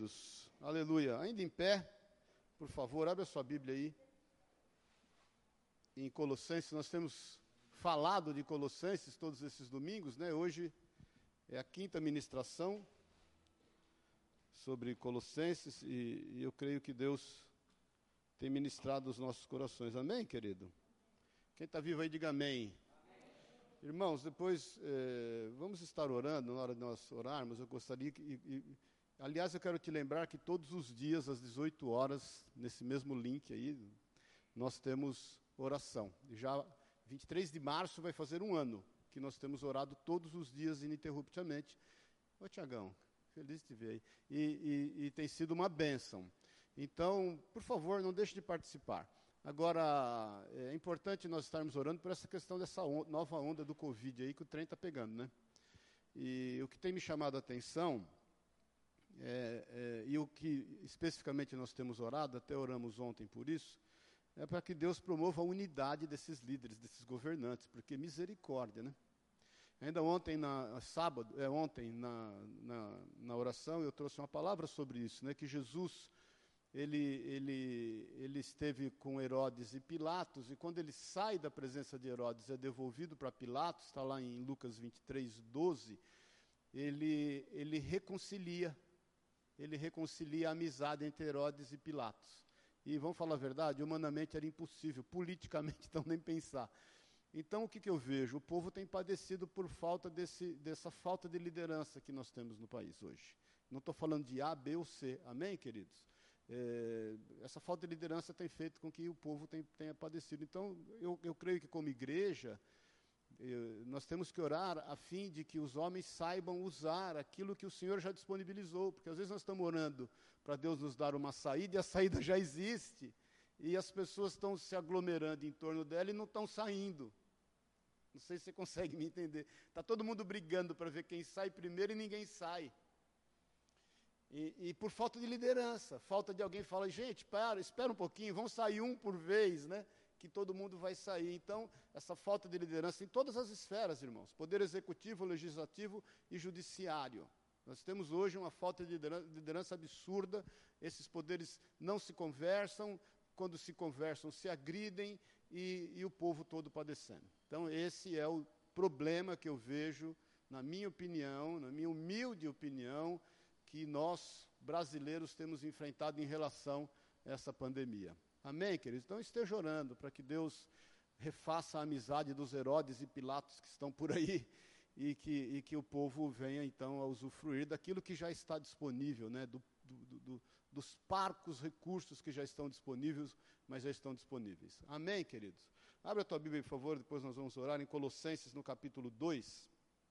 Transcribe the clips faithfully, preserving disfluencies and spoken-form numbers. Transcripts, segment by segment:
queridos? Aleluia. Ainda em pé, por favor, abre a sua Bíblia aí. Em Colossenses, nós temos falado de Colossenses todos esses domingos, né? Hoje é a quinta ministração sobre Colossenses e, e eu creio que Deus tem ministrado os nossos corações. Amém, querido? Quem está vivo aí, diga amém. Irmãos, depois eh, vamos estar orando, na hora de nós orarmos, eu gostaria que, e, e, aliás, eu quero te lembrar que todos os dias, às dezoito horas, nesse mesmo link aí, nós temos oração. E já vinte e três de março vai fazer um ano que nós temos orado todos os dias ininterruptamente. Ô, Tiagão, feliz de te ver aí. E, e, e tem sido uma bênção. Então, por favor, não deixe de participar. Agora, é importante nós estarmos orando por essa questão dessa on- nova onda do Covid aí que o trem está pegando, né? E o que tem me chamado a atenção, é, é, e o que especificamente nós temos orado, até oramos ontem por isso, é para que Deus promova a unidade desses líderes, desses governantes, porque misericórdia, né? Ainda ontem, na, sábado, é, ontem na, na, na oração, eu trouxe uma palavra sobre isso, né? Que Jesus... Ele, ele, ele esteve com Herodes e Pilatos, e quando ele sai da presença de Herodes, é devolvido para Pilatos, está lá em Lucas vinte e três, doze, ele, ele reconcilia, ele reconcilia a amizade entre Herodes e Pilatos. E vamos falar a verdade, humanamente era impossível, politicamente então nem pensar. Então o que, que eu vejo? O povo tem padecido por falta desse, dessa falta de liderança que nós temos no país hoje. Não estou falando de A, B ou C, amém, queridos? É, essa falta de liderança tem feito com que o povo tem, tenha padecido. Então, eu, eu creio que como igreja, eu, nós temos que orar a fim de que os homens saibam usar aquilo que o Senhor já disponibilizou, porque às vezes nós estamos orando para Deus nos dar uma saída, e a saída já existe, e as pessoas estão se aglomerando em torno dela e não estão saindo. Não sei se você consegue me entender. Está todo mundo brigando para ver quem sai primeiro e ninguém sai. E, e por falta de liderança, falta de alguém falar, gente, para, espera um pouquinho, vamos sair um por vez, né? Que todo mundo vai sair. Então, essa falta de liderança em todas as esferas, irmãos, poder executivo, legislativo e judiciário. Nós temos hoje uma falta de liderança, liderança absurda, esses poderes não se conversam, quando se conversam se agridem e, e o povo todo padecendo. Então, esse é o problema que eu vejo, na minha opinião, na minha humilde opinião, que nós, brasileiros, temos enfrentado em relação a essa pandemia. Amém, queridos? Então, esteja orando para que Deus refaça a amizade dos Herodes e Pilatos que estão por aí e que, e que o povo venha, então, a usufruir daquilo que já está disponível, né? do, do, do, dos parcos recursos que já estão disponíveis, mas já estão disponíveis. Amém, queridos? Abre a tua Bíblia, por favor, depois nós vamos orar em Colossenses, no capítulo dois.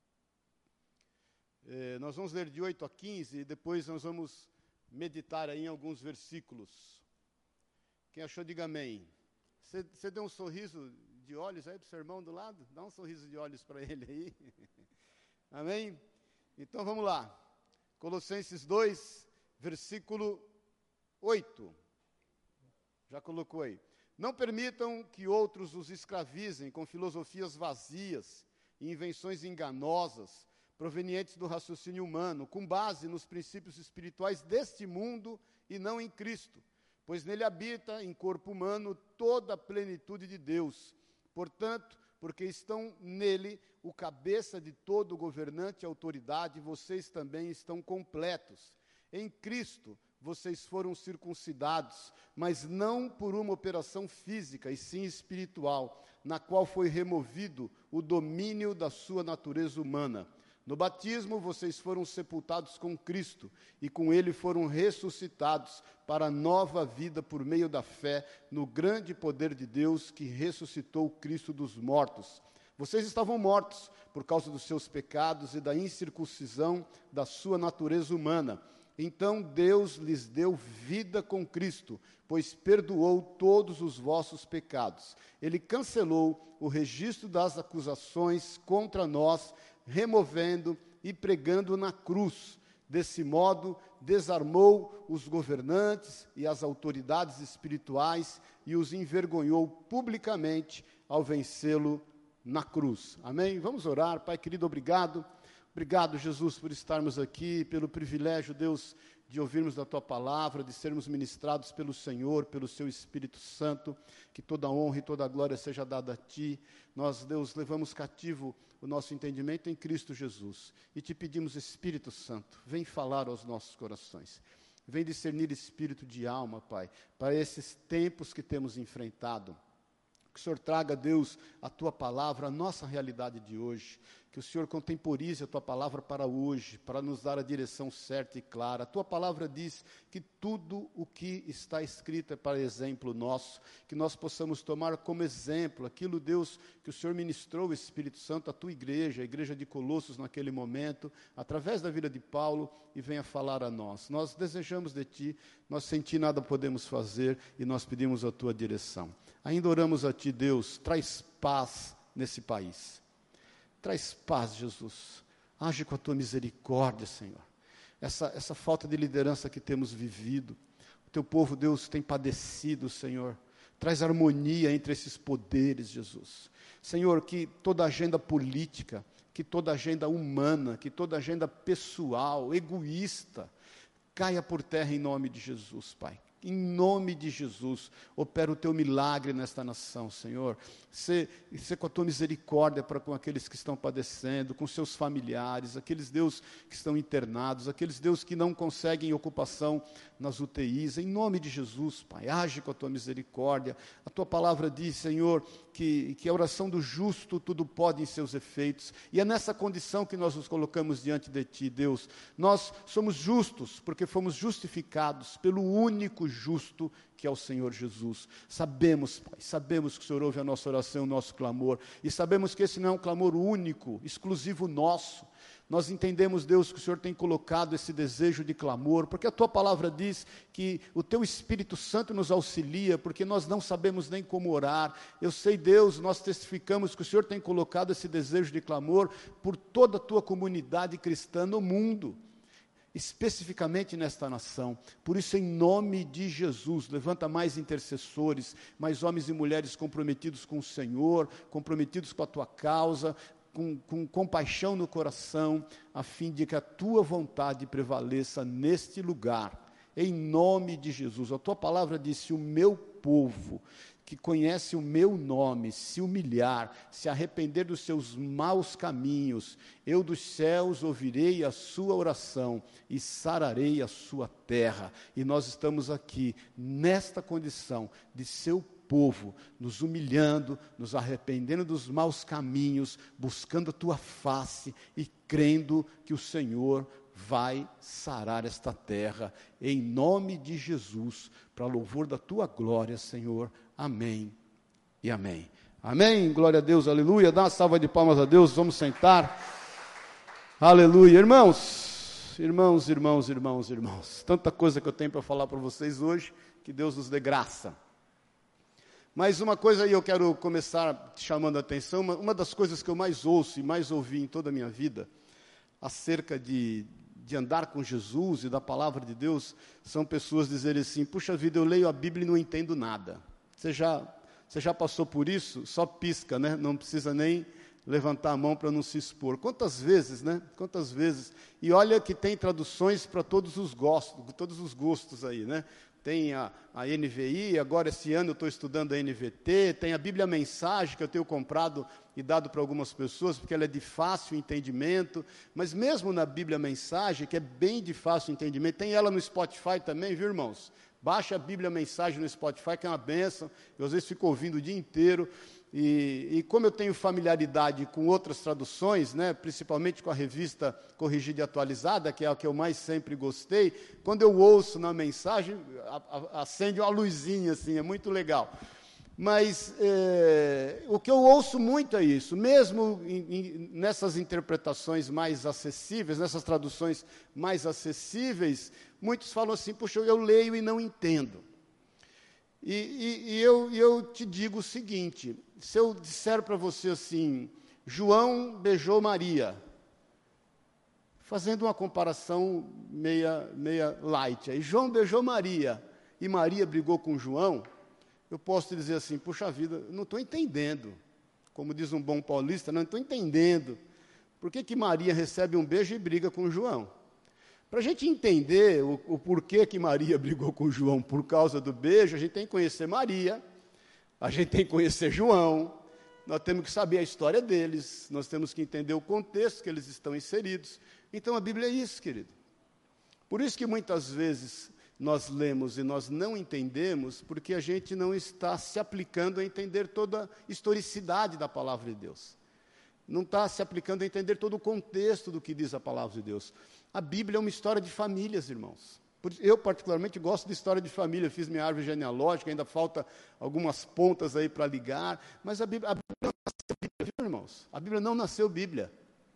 É, nós vamos ler de oito a quinze e depois nós vamos meditar aí em alguns versículos. Quem achou, diga amém. Você deu um sorriso de olhos aí para o seu irmão do lado? Dá um sorriso de olhos para ele aí. Amém? Então vamos lá. Colossenses dois, versículo oito. Já colocou aí. Não permitam que outros os escravizem com filosofias vazias e invenções enganosas, provenientes do raciocínio humano, com base nos princípios espirituais deste mundo e não em Cristo, pois nele habita, em corpo humano, toda a plenitude de Deus. Portanto, porque estão nele, o cabeça de todo governante e autoridade, vocês também estão completos. Em Cristo, vocês foram circuncidados, mas não por uma operação física, e sim espiritual, na qual foi removido o domínio da sua natureza humana. No batismo, vocês foram sepultados com Cristo e com Ele foram ressuscitados para a nova vida por meio da fé no grande poder de Deus que ressuscitou Cristo dos mortos. Vocês estavam mortos por causa dos seus pecados e da incircuncisão da sua natureza humana. Então Deus lhes deu vida com Cristo, pois perdoou todos os vossos pecados. Ele cancelou o registro das acusações contra nós, removendo e pregando na cruz. Desse modo, desarmou os governantes e as autoridades espirituais e os envergonhou publicamente ao vencê-lo na cruz. Amém? Vamos orar. Pai querido, obrigado. Obrigado, Jesus, por estarmos aqui, pelo privilégio, Deus, de ouvirmos da Tua palavra, de sermos ministrados pelo Senhor, pelo Seu Espírito Santo, que toda honra e toda glória seja dada a Ti. Nós, Deus, levamos cativo o nosso entendimento em Cristo Jesus, e Te pedimos, Espírito Santo, vem falar aos nossos corações, vem discernir espírito de alma, Pai, para esses tempos que temos enfrentado. Que o Senhor traga, Deus, a Tua palavra, a nossa realidade de hoje. Que o Senhor contemporize a Tua palavra para hoje, para nos dar a direção certa e clara. A Tua palavra diz que tudo o que está escrito é para exemplo nosso, que nós possamos tomar como exemplo aquilo, Deus, que o Senhor ministrou, o Espírito Santo, à Tua igreja, a igreja de Colossos naquele momento, através da vida de Paulo, e venha falar a nós. Nós desejamos de Ti, nós sem Ti nada podemos fazer, e nós pedimos a Tua direção. Ainda oramos a Ti, Deus, traz paz nesse país. Traz paz, Jesus. Age com a Tua misericórdia, Senhor. Essa, essa falta de liderança que temos vivido. O Teu povo, Deus, tem padecido, Senhor. Traz harmonia entre esses poderes, Jesus. Senhor, que toda agenda política, que toda agenda humana, que toda agenda pessoal, egoísta, caia por terra em nome de Jesus, Pai. Em nome de Jesus, opera o Teu milagre nesta nação, Senhor. Sê, sê com a Tua misericórdia para com aqueles que estão padecendo, com seus familiares, aqueles, Deus, que estão internados, aqueles, Deus, que não conseguem ocupação nas U T Is. Em nome de Jesus, Pai, age com a Tua misericórdia. A Tua palavra diz, Senhor, que, que a oração do justo tudo pode em seus efeitos. E é nessa condição que nós nos colocamos diante de Ti, Deus. Nós somos justos, porque fomos justificados pelo único justo que é o Senhor Jesus. Sabemos, Pai, sabemos que o Senhor ouve a nossa oração, o nosso clamor, e sabemos que esse não é um clamor único, exclusivo nosso. Nós entendemos, Deus, que o Senhor tem colocado esse desejo de clamor, porque a Tua palavra diz que o Teu Espírito Santo nos auxilia, porque nós não sabemos nem como orar. Eu sei, Deus, nós testificamos que o Senhor tem colocado esse desejo de clamor por toda a Tua comunidade cristã no mundo, especificamente nesta nação. Por isso, em nome de Jesus, levanta mais intercessores, mais homens e mulheres comprometidos com o Senhor, comprometidos com a Tua causa, com, com compaixão no coração, a fim de que a Tua vontade prevaleça neste lugar, em nome de Jesus. A Tua palavra disse: o meu povo, que conhece o meu nome, se humilhar, se arrepender dos seus maus caminhos, eu dos céus ouvirei a sua oração e sararei a sua terra. E nós estamos aqui, nesta condição de seu povo, nos humilhando, nos arrependendo dos maus caminhos, buscando a Tua face e crendo que o Senhor vai sarar esta terra, em nome de Jesus, para louvor da Tua glória, Senhor. Amém e amém. Amém, glória a Deus, aleluia. Dá uma salva de palmas a Deus, vamos sentar. Aleluia. Irmãos, irmãos, irmãos, irmãos, irmãos, tanta coisa que eu tenho para falar para vocês hoje, que Deus nos dê graça. Mas uma coisa aí eu quero começar chamando a atenção, uma, uma das coisas que eu mais ouço e mais ouvi em toda a minha vida, acerca de, de andar com Jesus e da palavra de Deus, são pessoas dizerem assim: puxa vida, eu leio a Bíblia e não entendo nada. Você já, você já passou por isso? Só pisca, né? Não precisa nem levantar a mão para não se expor. Quantas vezes, né? Quantas vezes? E olha que tem traduções para todos os gostos, todos os gostos aí, né? Tem a, a N V I, agora esse ano eu estou estudando a N V T, tem a Bíblia Mensagem, que eu tenho comprado e dado para algumas pessoas, porque ela é de fácil entendimento, mas mesmo na Bíblia Mensagem, que é bem de fácil entendimento, tem ela no Spotify também, viu, irmãos? Baixa a Bíblia Mensagem no Spotify, que é uma bênção, eu às vezes fico ouvindo o dia inteiro, e, e como eu tenho familiaridade com outras traduções, né, principalmente com a revista Corrigida e Atualizada, que é a que eu mais sempre gostei, quando eu ouço na mensagem, a, a, acende uma luzinha, assim, é muito legal. Mas é, o que eu ouço muito é isso, mesmo em, em, nessas interpretações mais acessíveis, nessas traduções mais acessíveis, muitos falam assim: puxa, eu leio e não entendo. E, e, e eu, eu te digo o seguinte: se eu disser para você assim, João beijou Maria, fazendo uma comparação meia, meia light, aí João beijou Maria e Maria brigou com João, eu posso te dizer assim: puxa vida, não estou entendendo. Como diz um bom paulista, não estou entendendo. Por que que Maria recebe um beijo e briga com João? Para a gente entender o, o porquê que Maria brigou com João por causa do beijo, a gente tem que conhecer Maria, a gente tem que conhecer João, nós temos que saber a história deles, nós temos que entender o contexto que eles estão inseridos. Então a Bíblia é isso, querido. Por isso que muitas vezes nós lemos e nós não entendemos, porque a gente não está se aplicando a entender toda a historicidade da palavra de Deus. Não está se aplicando a entender todo o contexto do que diz a palavra de Deus. A Bíblia é uma história de famílias, irmãos. Eu, particularmente, gosto de história de família. Fiz minha árvore genealógica, ainda falta algumas pontas aí para ligar. Mas a Bíblia, a Bíblia não nasceu Bíblia, viu, irmãos? A Bíblia não nasceu Bíblia.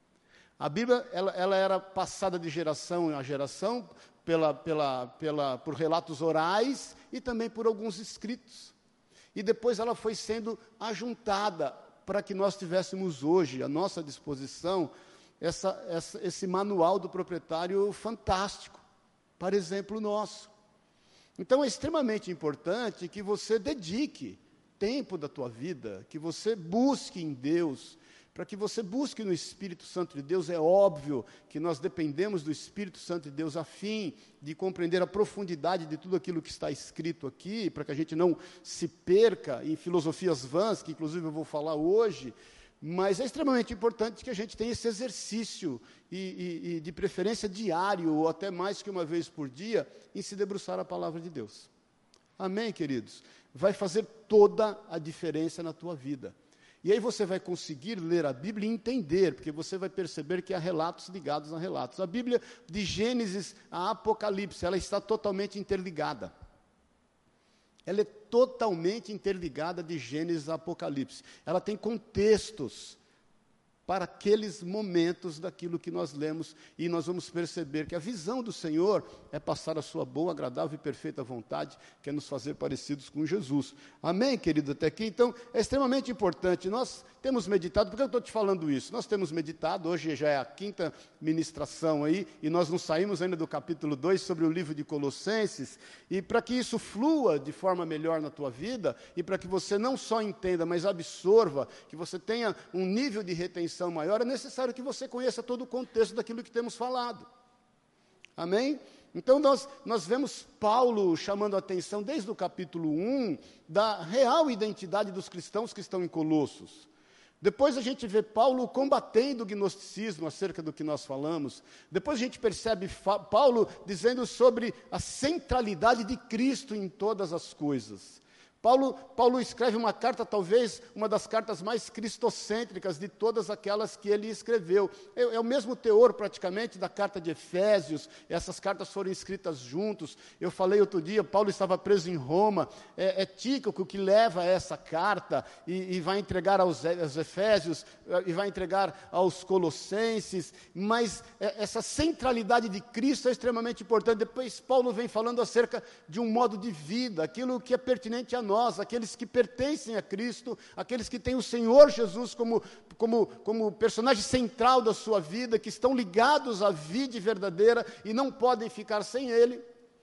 A Bíblia ela, ela era passada de geração a geração pela, pela, pela, por relatos orais e também por alguns escritos. E depois ela foi sendo ajuntada para que nós tivéssemos hoje à nossa disposição essa, essa, esse manual do proprietário fantástico, para exemplo nosso. Então é extremamente importante que você dedique tempo da tua vida, que você busque em Deus, para que você busque no Espírito Santo de Deus. É óbvio que nós dependemos do Espírito Santo de Deus a fim de compreender a profundidade de tudo aquilo que está escrito aqui, para que a gente não se perca em filosofias vãs, que inclusive eu vou falar hoje, mas é extremamente importante que a gente tenha esse exercício, e, e, e de preferência diário, ou até mais que uma vez por dia, em se debruçar a palavra de Deus. Amém, queridos? Vai fazer toda a diferença na tua vida. E aí você vai conseguir ler a Bíblia e entender, porque você vai perceber que há relatos ligados a relatos. A Bíblia, de Gênesis a Apocalipse, ela está totalmente interligada. Ela é totalmente interligada de Gênesis a Apocalipse. Ela tem contextos para aqueles momentos daquilo que nós lemos, e nós vamos perceber que a visão do Senhor é passar a sua boa, agradável e perfeita vontade, que é nos fazer parecidos com Jesus. Amém, querido, até aqui? Então, é extremamente importante. Nós temos meditado, por que eu estou te falando isso? Nós temos meditado, hoje já é a quinta ministração aí, e nós não saímos ainda do capítulo dois sobre o livro de Colossenses, e para que isso flua de forma melhor na tua vida, e para que você não só entenda, mas absorva, que você tenha um nível de retenção maior, é necessário que você conheça todo o contexto daquilo que temos falado. Amém? Então nós, nós vemos Paulo chamando a atenção desde o capítulo um da real identidade dos cristãos que estão em Colossos. Depois a gente vê Paulo combatendo o gnosticismo acerca do que nós falamos. Depois a gente percebe Paulo dizendo sobre a centralidade de Cristo em todas as coisas. Paulo, Paulo escreve uma carta, talvez uma das cartas mais cristocêntricas de todas aquelas que ele escreveu. É, é o mesmo teor, praticamente, da carta de Efésios. Essas cartas foram escritas juntos. Eu falei outro dia, Paulo estava preso em Roma. É, é Tíquico que leva essa carta e, e vai entregar aos, aos Efésios, e vai entregar aos Colossenses. Mas é, essa centralidade de Cristo é extremamente importante. Depois Paulo vem falando acerca de um modo de vida, aquilo que é pertinente a nós. Nós, aqueles que pertencem a Cristo, aqueles que têm o Senhor Jesus como, como, como personagem central da sua vida, que estão ligados à vida verdadeira e não podem ficar sem Ele.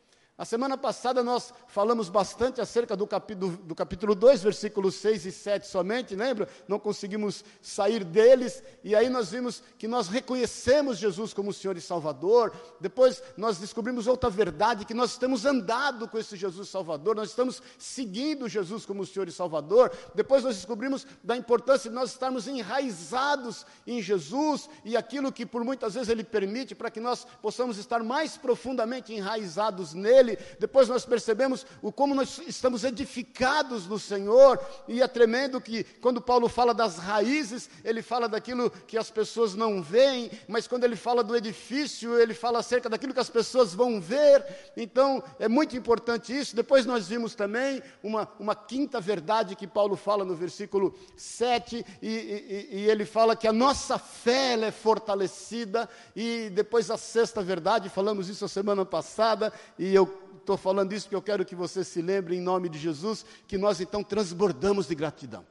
A semana passada nós falamos bastante acerca do capítulo, do capítulo dois, versículos seis e sete somente, lembra? Não conseguimos sair deles, e aí nós vimos que nós reconhecemos Jesus como Senhor e Salvador. Depois nós descobrimos outra verdade, que nós temos andado com esse Jesus Salvador, nós estamos seguindo Jesus como Senhor e Salvador. Depois nós descobrimos da importância de nós estarmos enraizados em Jesus, e aquilo que por muitas vezes Ele permite, para que nós possamos estar mais profundamente enraizados nele. Depois nós percebemos o como nós estamos edificados no Senhor, e é tremendo que quando Paulo fala das raízes, ele fala daquilo que as pessoas não veem, mas quando ele fala do edifício, ele fala acerca daquilo que as pessoas vão ver. Então é muito importante isso. Depois nós vimos também uma, uma quinta verdade que Paulo fala no versículo sete, e, e, e ele fala que a nossa fé ela é fortalecida. E depois a sexta verdade, falamos isso a semana passada, e eu estou falando isso porque eu quero que você se lembre, em nome de Jesus, que nós então transbordamos de gratidão.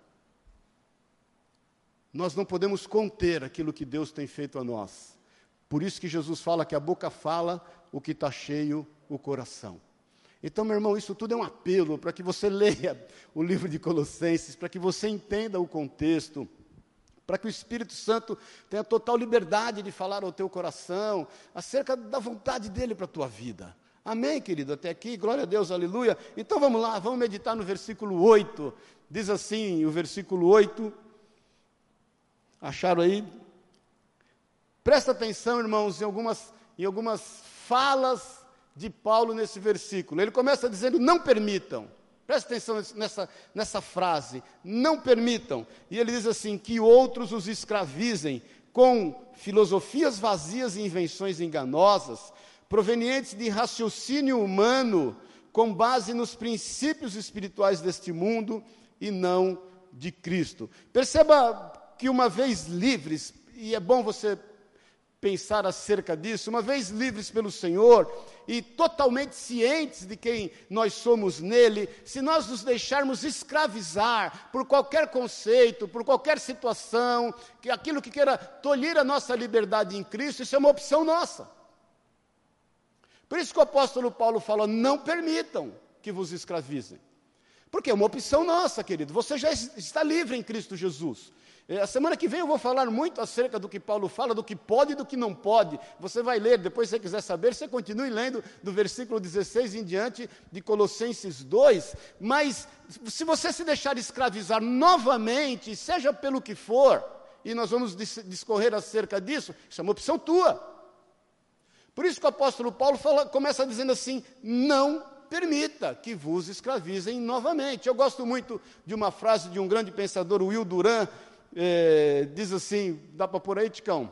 Nós não podemos conter aquilo que Deus tem feito a nós. Por isso que Jesus fala que a boca fala o que está cheio o coração. Então, meu irmão, isso tudo é um apelo para que você leia o livro de Colossenses, para que você entenda o contexto, para que o Espírito Santo tenha total liberdade de falar ao teu coração, acerca da vontade dEle para a tua vida. Amém, querido? Até aqui, glória a Deus, aleluia. Então vamos lá, vamos meditar no versículo oito. Diz assim, o versículo oito, acharam aí? Presta atenção, irmãos, em algumas, em algumas falas de Paulo nesse versículo. Ele começa dizendo, não permitam. Presta atenção nessa, nessa frase, não permitam. E ele diz assim, que outros os escravizem com filosofias vazias e invenções enganosas, provenientes de raciocínio humano, com base nos princípios espirituais deste mundo e não de Cristo. Perceba que uma vez livres, e é bom você pensar acerca disso, uma vez livres pelo Senhor e totalmente cientes de quem nós somos nele, se nós nos deixarmos escravizar por qualquer conceito, por qualquer situação, que aquilo que queira tolir a nossa liberdade em Cristo, isso é uma opção nossa. Por isso que o apóstolo Paulo fala, não permitam que vos escravizem. Porque é uma opção nossa, querido, você já está livre em Cristo Jesus. A semana que vem eu vou falar muito acerca do que Paulo fala, do que pode e do que não pode. Você vai ler, depois se você quiser saber, você continue lendo do versículo dezesseis em diante de Colossenses dois. Mas se você se deixar escravizar novamente, seja pelo que for, e nós vamos discorrer acerca disso, isso é uma opção tua. Por isso que o apóstolo Paulo fala, começa dizendo assim, não permita que vos escravizem novamente. Eu gosto muito de uma frase de um grande pensador, Will Durant, É, diz assim, dá para pôr aí, Ticão?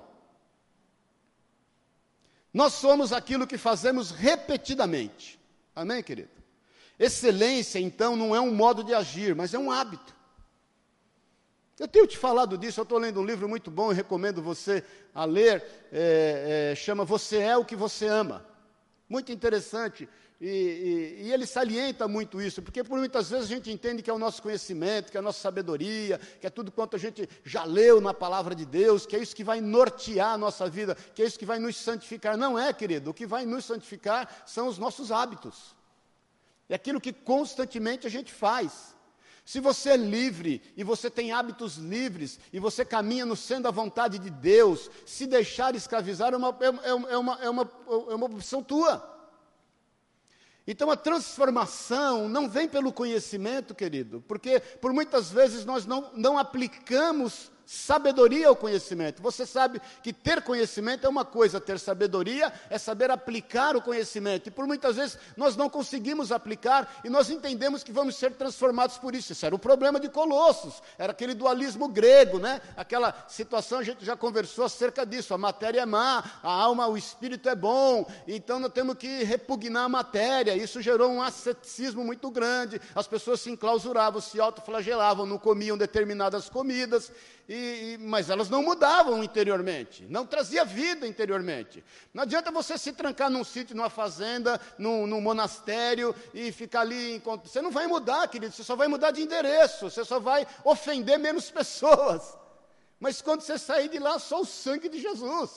Nós somos aquilo que fazemos repetidamente. Amém, querido? Excelência, então, não é um modo de agir, mas é um hábito. Eu tenho te falado disso, eu estou lendo um livro muito bom, eu recomendo você a ler, é, é, chama Você é o que você ama. Muito interessante. E, e, e ele salienta muito isso, porque por muitas vezes a gente entende que é o nosso conhecimento, que é a nossa sabedoria, que é tudo quanto a gente já leu na palavra de Deus, que é isso que vai nortear a nossa vida, que é isso que vai nos santificar. Não é, querido, o que vai nos santificar são os nossos hábitos. É aquilo que constantemente a gente faz. Se você é livre, e você tem hábitos livres, e você caminha no centro da vontade de Deus, se deixar escravizar é uma, é, é uma, é uma, é uma opção tua. Então a transformação não vem pelo conhecimento, querido, porque por muitas vezes nós não, não aplicamos sabedoria ao conhecimento. Você sabe que ter conhecimento é uma coisa, ter sabedoria é saber aplicar o conhecimento. E por muitas vezes nós não conseguimos aplicar e nós entendemos que vamos ser transformados por isso. Isso era o problema de Colossos, era aquele dualismo grego, né? Aquela situação, a gente já conversou acerca disso, a matéria é má, a alma, o espírito é bom, então nós temos que repugnar a matéria. Isso gerou um asceticismo muito grande, as pessoas se enclausuravam, se autoflagelavam, não comiam determinadas comidas, E, mas elas não mudavam interiormente, não trazia vida interiormente. Não adianta você se trancar num sítio, numa fazenda, num, num monastério e ficar ali. Você não vai mudar, querido, você só vai mudar de endereço, você só vai ofender menos pessoas. Mas quando você sair de lá, só o sangue de Jesus.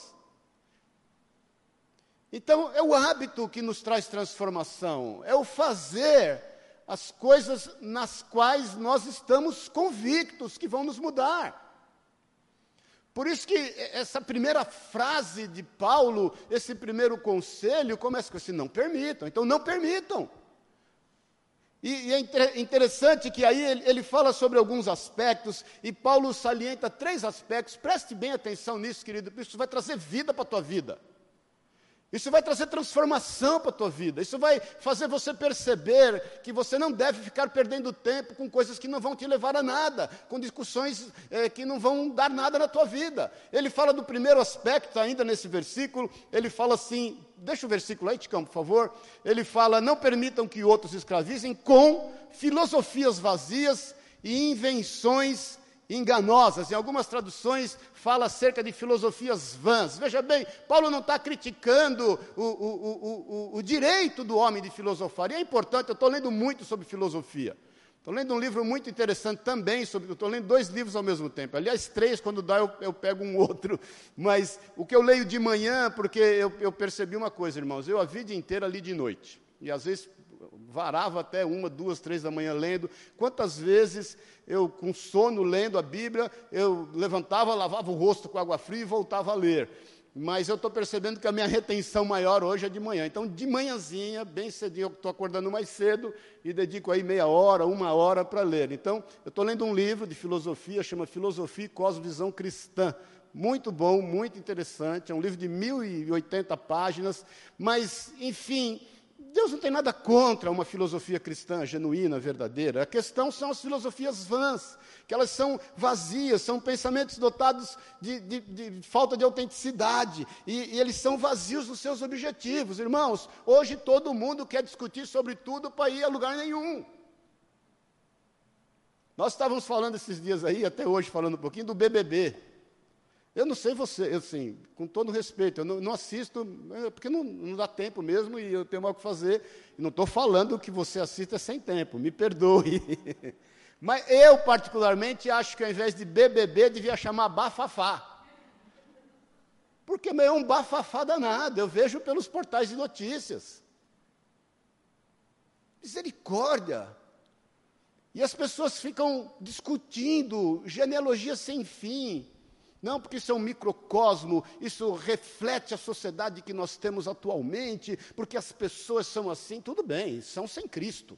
Então, é o hábito que nos traz transformação, é o fazer as coisas nas quais nós estamos convictos que vão nos mudar. Por isso que essa primeira frase de Paulo, esse primeiro conselho, começa com assim, não permitam. Então, não permitam. E, e é interessante que aí ele, ele fala sobre alguns aspectos, e Paulo salienta três aspectos. Preste bem atenção nisso, querido, porque isso vai trazer vida para a tua vida. Isso vai trazer transformação para a tua vida. Isso vai fazer você perceber que você não deve ficar perdendo tempo com coisas que não vão te levar a nada, com discussões eh, que não vão dar nada na tua vida. Ele fala do primeiro aspecto ainda nesse versículo, ele fala assim, deixa o versículo aí, Ticão, por favor. Ele fala, não permitam que outros escravizem com filosofias vazias e invenções enganosas. Em algumas traduções fala acerca de filosofias vãs. Veja bem, Paulo não está criticando o, o, o, o, o direito do homem de filosofar. E é importante, eu estou lendo muito sobre filosofia. Estou lendo um livro muito interessante também, sobre, estou lendo dois livros ao mesmo tempo. Aliás, três, quando dá eu, eu pego um outro. Mas o que eu leio de manhã, porque eu, eu percebi uma coisa, irmãos, eu a vida inteira li de noite. E às vezes varava até uma, duas, três da manhã lendo. Quantas vezes eu, com sono, lendo a Bíblia, eu levantava, lavava o rosto com água fria e voltava a ler. Mas eu estou percebendo que a minha retenção maior hoje é de manhã. Então, de manhãzinha, bem cedinho, eu estou acordando mais cedo e dedico aí meia hora, uma hora para ler. Então, eu estou lendo um livro de filosofia, chama Filosofia e Cosmovisão Cristã. Muito bom, muito interessante, é um livro de mil e oitenta páginas, mas, enfim, Deus não tem nada contra uma filosofia cristã genuína, verdadeira. A questão são as filosofias vãs, que elas são vazias, são pensamentos dotados de, de, de falta de autenticidade, e, e eles são vazios dos seus objetivos. Irmãos, hoje todo mundo quer discutir sobre tudo para ir a lugar nenhum. Nós estávamos falando esses dias aí, até hoje falando um pouquinho, do B B B. Eu não sei você, eu, assim, com todo respeito, eu não, não assisto, porque não, não dá tempo mesmo e eu tenho mal o que fazer. E não estou falando que você assista sem tempo, me perdoe. Mas eu, particularmente, acho que ao invés de B B B, devia chamar bafafá. Porque é um bafafá danado, eu vejo pelos portais de notícias. Misericórdia! E as pessoas ficam discutindo genealogia sem fim. Não, porque isso é um microcosmo, isso reflete a sociedade que nós temos atualmente, porque as pessoas são assim, tudo bem, são sem Cristo.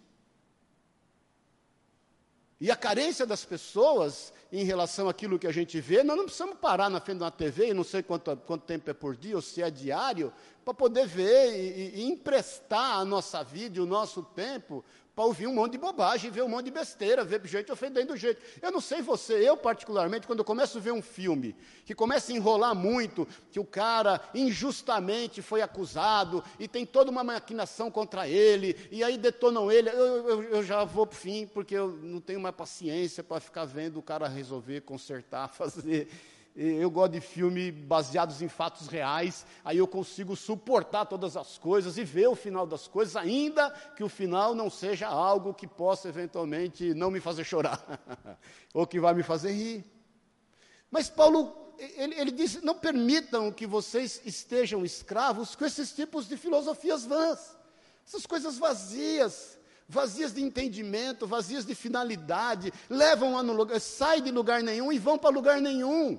E a carência das pessoas em relação àquilo que a gente vê, nós não precisamos parar na frente de uma T V, e não sei quanto, quanto tempo é por dia, ou se é diário, para poder ver e, e emprestar a nossa vida e o nosso tempo para ouvir um monte de bobagem, ver um monte de besteira, ver gente ofendendo o jeito. Eu não sei você, eu particularmente, quando eu começo a ver um filme que começa a enrolar muito, que o cara injustamente foi acusado e tem toda uma maquinação contra ele, e aí detonam ele, eu, eu, eu já vou para o fim, porque eu não tenho mais paciência para ficar vendo o cara resolver, consertar, fazer. Eu gosto de filmes baseados em fatos reais, aí eu consigo suportar todas as coisas e ver o final das coisas, ainda que o final não seja algo que possa eventualmente não me fazer chorar, ou que vai me fazer rir. Mas Paulo, ele, ele diz, não permitam que vocês estejam escravos com esses tipos de filosofias vãs, essas coisas vazias, vazias de entendimento, vazias de finalidade, levam a no lugar, saem de lugar nenhum e vão para lugar nenhum.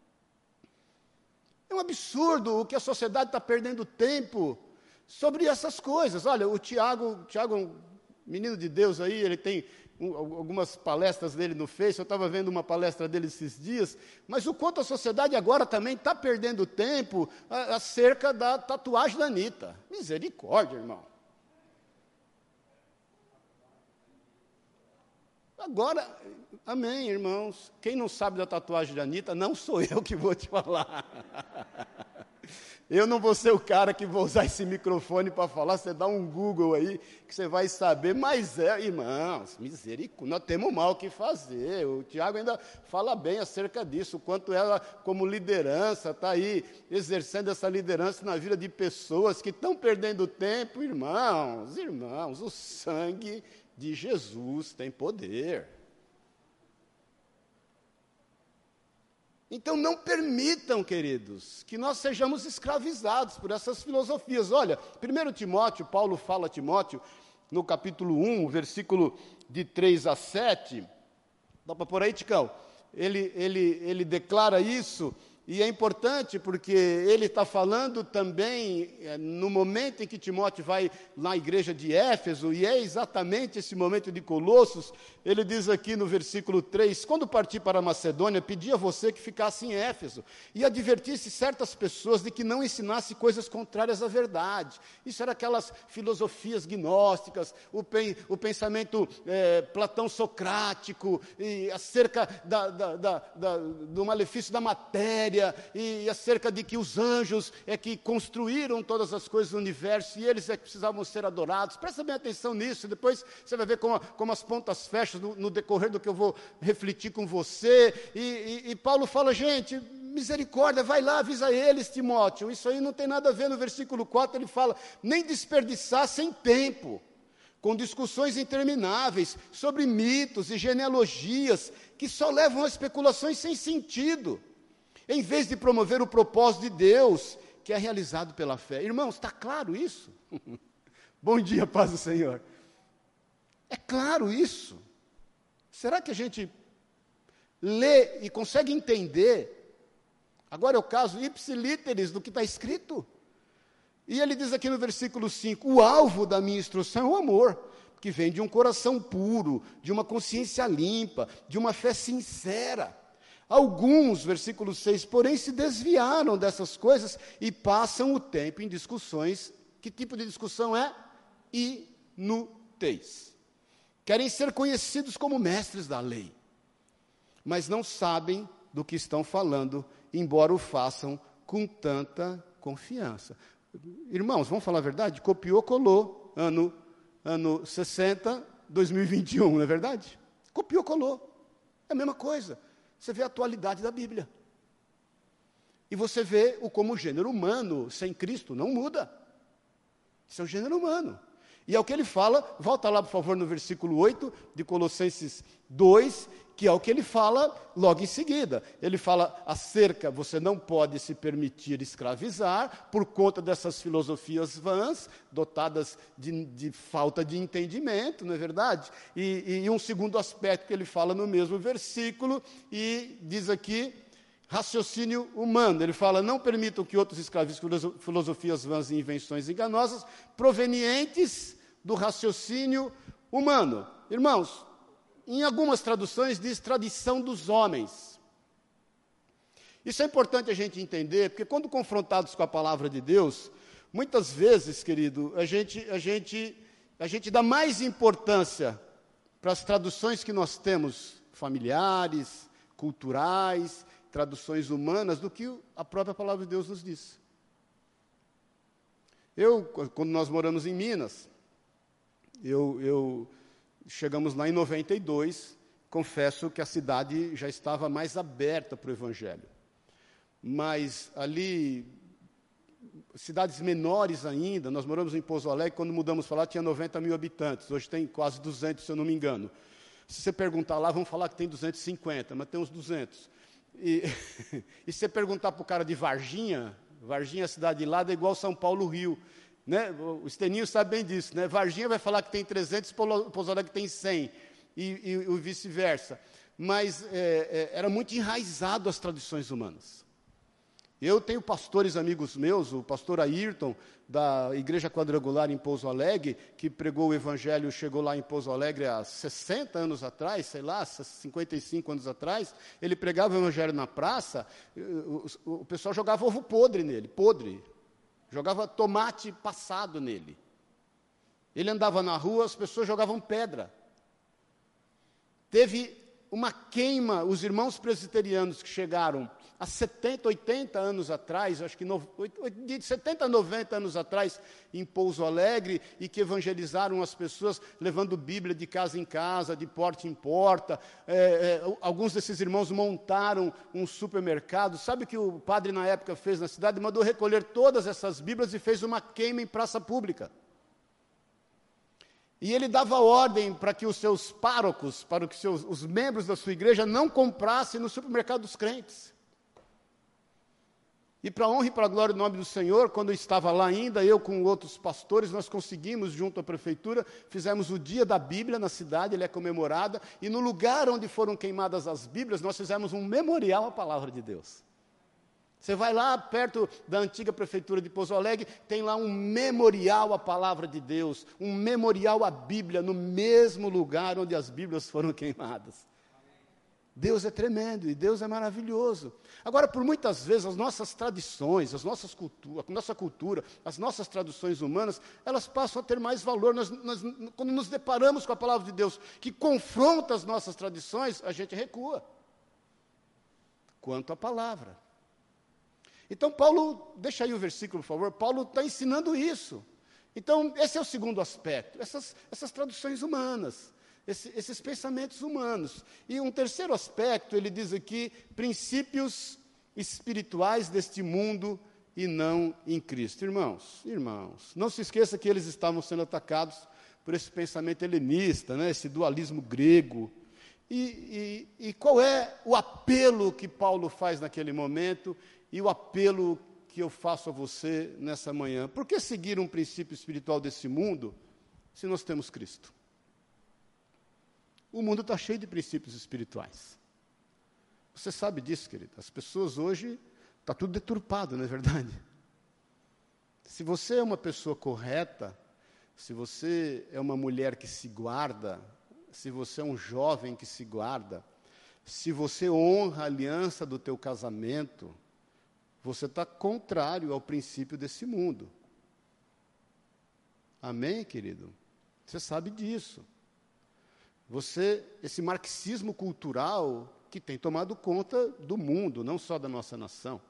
É um absurdo o que a sociedade está perdendo tempo sobre essas coisas. Olha, o Tiago, Tiago é um menino de Deus aí, ele tem um, algumas palestras dele no Face, eu estava vendo uma palestra dele esses dias, mas o quanto a sociedade agora também está perdendo tempo a, acerca da tatuagem da Anitta. Misericórdia, irmão. Agora, amém, irmãos. Quem não sabe da tatuagem da Anitta, não sou eu que vou te falar. Eu não vou ser o cara que vou usar esse microfone para falar, você dá um Google aí, que você vai saber, mas é, irmãos, misericórdia, nós temos mal o que fazer. O Tiago ainda fala bem acerca disso, o quanto ela, como liderança, está aí exercendo essa liderança na vida de pessoas que estão perdendo tempo. Irmãos, irmãos, o sangue de Jesus tem poder. Então não permitam, queridos, que nós sejamos escravizados por essas filosofias. Olha, primeiro Timóteo, Paulo fala a Timóteo, no capítulo um, versículo de três a sete, dá para pôr aí, Ticão? Ele, ele, ele declara isso, e é importante porque ele está falando também é, no momento em que Timóteo vai na igreja de Éfeso, e é exatamente esse momento de Colossos. Ele diz aqui no versículo três, quando parti para a Macedônia, pedi a você que ficasse em Éfeso, e advertisse certas pessoas de que não ensinasse coisas contrárias à verdade. Isso era aquelas filosofias gnósticas, o, pen, o pensamento é, platão-socrático, e acerca da, da, da, da, do malefício da matéria, e acerca de que os anjos é que construíram todas as coisas do universo, e eles é que precisavam ser adorados. Presta bem atenção nisso, depois você vai ver como, como as pontas fecham no, no decorrer do que eu vou refletir com você, e, e, e Paulo fala, gente, misericórdia, vai lá, avisa eles, Timóteo, isso aí não tem nada a ver. No versículo quatro ele fala, nem desperdiçar sem tempo, com discussões intermináveis sobre mitos e genealogias, que só levam a especulações sem sentido, em vez de promover o propósito de Deus, que é realizado pela fé. Irmãos, está claro isso? Bom dia, paz do Senhor. É claro isso. Será que a gente lê e consegue entender? Agora é o caso ipsilíteres do que está escrito. E ele diz aqui no versículo cinco, o alvo da minha instrução é o amor, que vem de um coração puro, de uma consciência limpa, de uma fé sincera. Alguns, versículo seis, porém se desviaram dessas coisas e passam o tempo em discussões. Que tipo de discussão é? Inúteis. Querem ser conhecidos como mestres da lei, mas não sabem do que estão falando, embora o façam com tanta confiança. Irmãos, vamos falar a verdade? Copiou, colou, ano, ano sessenta, dois mil e vinte e um, não é verdade? Copiou, colou. É a mesma coisa. Você vê a atualidade da Bíblia. E você vê o como o gênero humano, sem Cristo, não muda. Isso é o gênero humano. E é o que ele fala, volta lá, por favor, no versículo oito de Colossenses dois, que é o que ele fala logo em seguida. Ele fala acerca, você não pode se permitir escravizar por conta dessas filosofias vãs, dotadas de, de falta de entendimento, não é verdade? E, e um segundo aspecto que ele fala no mesmo versículo, e diz aqui, raciocínio humano. Ele fala, não permitam que outros escravizem filosofias vãs e invenções enganosas, provenientes do raciocínio humano. Irmãos, em algumas traduções diz tradição dos homens. Isso é importante a gente entender, porque quando confrontados com a palavra de Deus, muitas vezes, querido, a gente, a gente, a gente dá mais importância para as traduções que nós temos, familiares, culturais, traduções humanas, do que a própria palavra de Deus nos diz. Eu, quando nós moramos em Minas, eu... eu chegamos lá em noventa e dois, confesso que a cidade já estava mais aberta para o Evangelho. Mas ali, cidades menores ainda, nós moramos em Pouso Alegre, quando mudamos para lá tinha noventa mil habitantes, hoje tem quase duzentos, se eu não me engano. Se você perguntar lá, vão falar que tem duzentos e cinquenta, mas tem uns duzentos. E, e se você perguntar para o cara de Varginha, Varginha, a cidade de lá, é igual São Paulo, Rio. Né? O Esteninho sabe bem disso, né? Varginha vai falar que tem trezentos, Pouso Alegre tem cem, e, e, e vice-versa. Mas é, é, era muito enraizado as tradições humanas. Eu tenho pastores amigos meus, o pastor Ayrton, da Igreja Quadrangular em Pouso Alegre, que pregou o Evangelho, chegou lá em Pouso Alegre há sessenta anos atrás, sei lá, cinquenta e cinco anos atrás, ele pregava o Evangelho na praça, o, o, o pessoal jogava ovo podre nele, podre. Jogava tomate passado nele. Ele andava na rua, as pessoas jogavam pedra. Teve uma queima, os irmãos presbiterianos que chegaram há setenta, oitenta anos atrás, acho que no, de setenta a noventa anos atrás, em Pouso Alegre, e que evangelizaram as pessoas, levando Bíblia de casa em casa, de porta em porta. É, é, alguns desses irmãos montaram um supermercado. Sabe o que o padre na época fez na cidade? Mandou recolher todas essas Bíblias e fez uma queima em praça pública. E ele dava ordem para que os seus párocos, para que seus, os membros da sua igreja não comprassem no supermercado dos crentes. E para a honra e para a glória do nome do Senhor, quando eu estava lá ainda, eu com outros pastores, nós conseguimos, junto à prefeitura, fizemos o dia da Bíblia na cidade, ele é comemorada, e no lugar onde foram queimadas as Bíblias, nós fizemos um memorial à palavra de Deus. Você vai lá perto da antiga prefeitura de Pouso Alegre, tem lá um memorial à palavra de Deus, um memorial à Bíblia, no mesmo lugar onde as Bíblias foram queimadas. Deus é tremendo e Deus é maravilhoso. Agora, por muitas vezes, as nossas tradições, as nossas cultura, a nossa cultura, as nossas traduções humanas, elas passam a ter mais valor. Nós, nós, quando nos deparamos com a palavra de Deus, que confronta as nossas tradições, a gente recua. Quanto à palavra. Então, Paulo, deixa aí o versículo, por favor. Paulo está ensinando isso. Então, esse é o segundo aspecto, essas, essas traduções humanas. Esse, esses pensamentos humanos. E um terceiro aspecto, ele diz aqui, princípios espirituais deste mundo e não em Cristo. Irmãos, irmãos, não se esqueça que eles estavam sendo atacados por esse pensamento helenista, né, esse dualismo grego. E, e, e qual é o apelo que Paulo faz naquele momento e o apelo que eu faço a você nessa manhã? Por que seguir um princípio espiritual desse mundo se nós temos Cristo? O mundo está cheio de princípios espirituais. Você sabe disso, querido. As pessoas hoje, está tudo deturpado, não é verdade? Se você é uma pessoa correta, se você é uma mulher que se guarda, se você é um jovem que se guarda, se você honra a aliança do teu casamento, você está contrário ao princípio desse mundo. Amém, querido? Você sabe disso. Você, esse marxismo cultural que tem tomado conta do mundo, não só da nossa nação.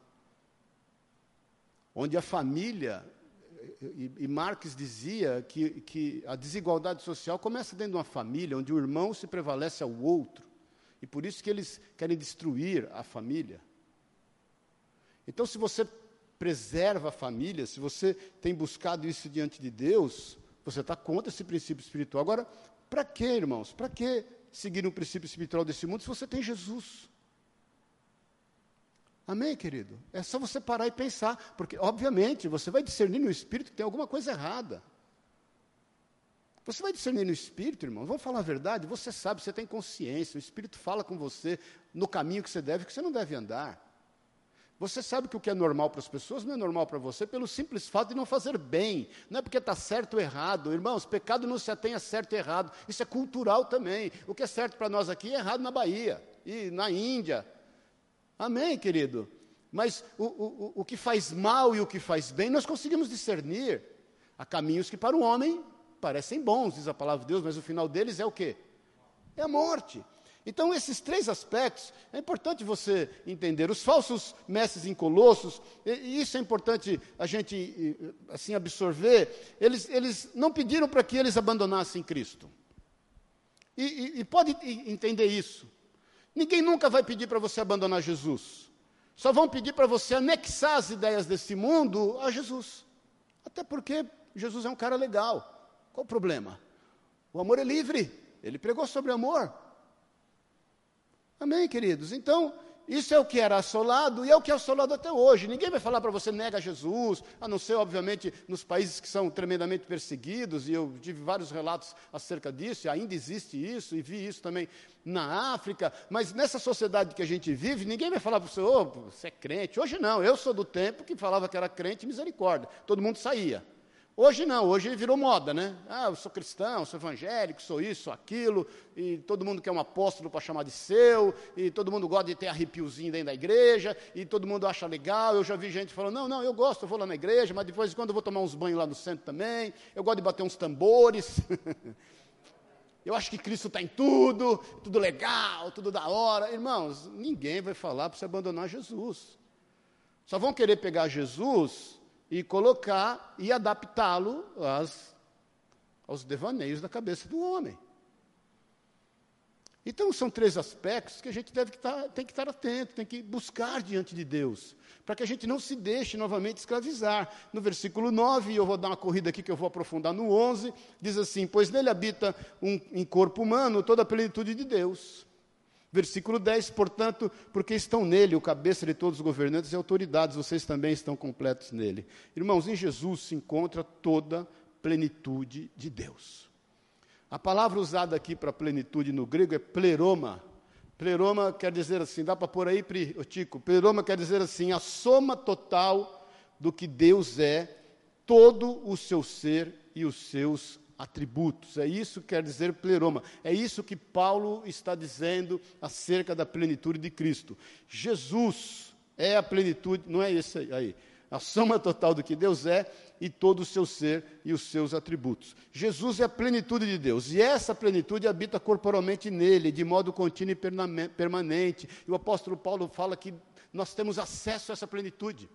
Onde a família, e, e Marx dizia que, que a desigualdade social começa dentro de uma família, onde o irmão se prevalece ao outro. E por isso que eles querem destruir a família. Então, se você preserva a família, se você tem buscado isso diante de Deus, você está contra esse princípio espiritual. Agora, para que, irmãos? Para que seguir um princípio espiritual desse mundo se você tem Jesus? Amém, querido? É só você parar e pensar, porque, obviamente, você vai discernir no Espírito que tem alguma coisa errada. Você vai discernir no Espírito, irmão, vamos falar a verdade, você sabe, você tem consciência, o Espírito fala com você no caminho que você deve e que você não deve andar. Você sabe que o que é normal para as pessoas não é normal para você pelo simples fato de não fazer bem. Não é porque está certo ou errado. Irmãos, pecado não se atém a certo e errado. Isso é cultural também. O que é certo para nós aqui é errado na Bahia e na Índia. Amém, querido? Mas o, o, o que faz mal e o que faz bem, nós conseguimos discernir. Há caminhos que para o homem parecem bons, diz a palavra de Deus, mas o final deles é o quê? É a morte. Então, esses três aspectos, é importante você entender. Os falsos mestres incolossos, e, e isso é importante a gente, assim, absorver, eles, eles não pediram para que eles abandonassem Cristo. E, e, e pode entender isso. Ninguém nunca vai pedir para você abandonar Jesus. Só vão pedir para você anexar as ideias desse mundo a Jesus. Até porque Jesus é um cara legal. Qual o problema? O amor é livre. Ele pregou sobre amor. Amém, queridos? Então, isso é o que era assolado e é o que é assolado até hoje. Ninguém vai falar para você, nega Jesus, a não ser, obviamente, nos países que são tremendamente perseguidos, e eu tive vários relatos acerca disso, e ainda existe isso, e vi isso também na África, mas nessa sociedade que a gente vive, ninguém vai falar para você, ô, oh, você é crente. Hoje não, eu sou do tempo que falava que era crente, misericórdia, todo mundo saía. Hoje não, hoje virou moda, né? Ah, eu sou cristão, sou evangélico, sou isso, sou aquilo, e todo mundo quer um apóstolo para chamar de seu, e todo mundo gosta de ter arrepiozinho dentro da igreja, e todo mundo acha legal. Eu já vi gente falando, não, não, eu gosto, eu vou lá na igreja, mas depois, quando eu vou tomar uns banhos lá no centro também, eu gosto de bater uns tambores. Eu acho que Cristo está em tudo, tudo legal, tudo da hora. Irmãos, ninguém vai falar para você abandonar Jesus. Só vão querer pegar Jesus e colocar e adaptá-lo às, aos devaneios da cabeça do homem. Então, são três aspectos que a gente deve estar, tem que estar atento, tem que buscar diante de Deus, para que a gente não se deixe novamente escravizar. No versículo nove, e eu vou dar uma corrida aqui que eu vou aprofundar no onze, diz assim, pois nele habita um, em corpo humano toda a plenitude de Deus. Versículo dez, portanto, porque estão nele, o cabeça de todos os governantes e autoridades, vocês também estão completos nele. Irmãos, em Jesus se encontra toda a plenitude de Deus. A palavra usada aqui para plenitude no grego é pleroma. Pleroma quer dizer assim, dá para pôr aí, Pri, ô Tico? Pleroma quer dizer assim, a soma total do que Deus é, todo o seu ser e os seus atributos. É isso que quer dizer pleroma. É isso que Paulo está dizendo acerca da plenitude de Cristo. Jesus é a plenitude, não é isso aí, a soma total do que Deus é e todo o seu ser e os seus atributos. Jesus é a plenitude de Deus, e essa plenitude habita corporalmente nele, de modo contínuo e permanente. E o apóstolo Paulo fala que nós temos acesso a essa plenitude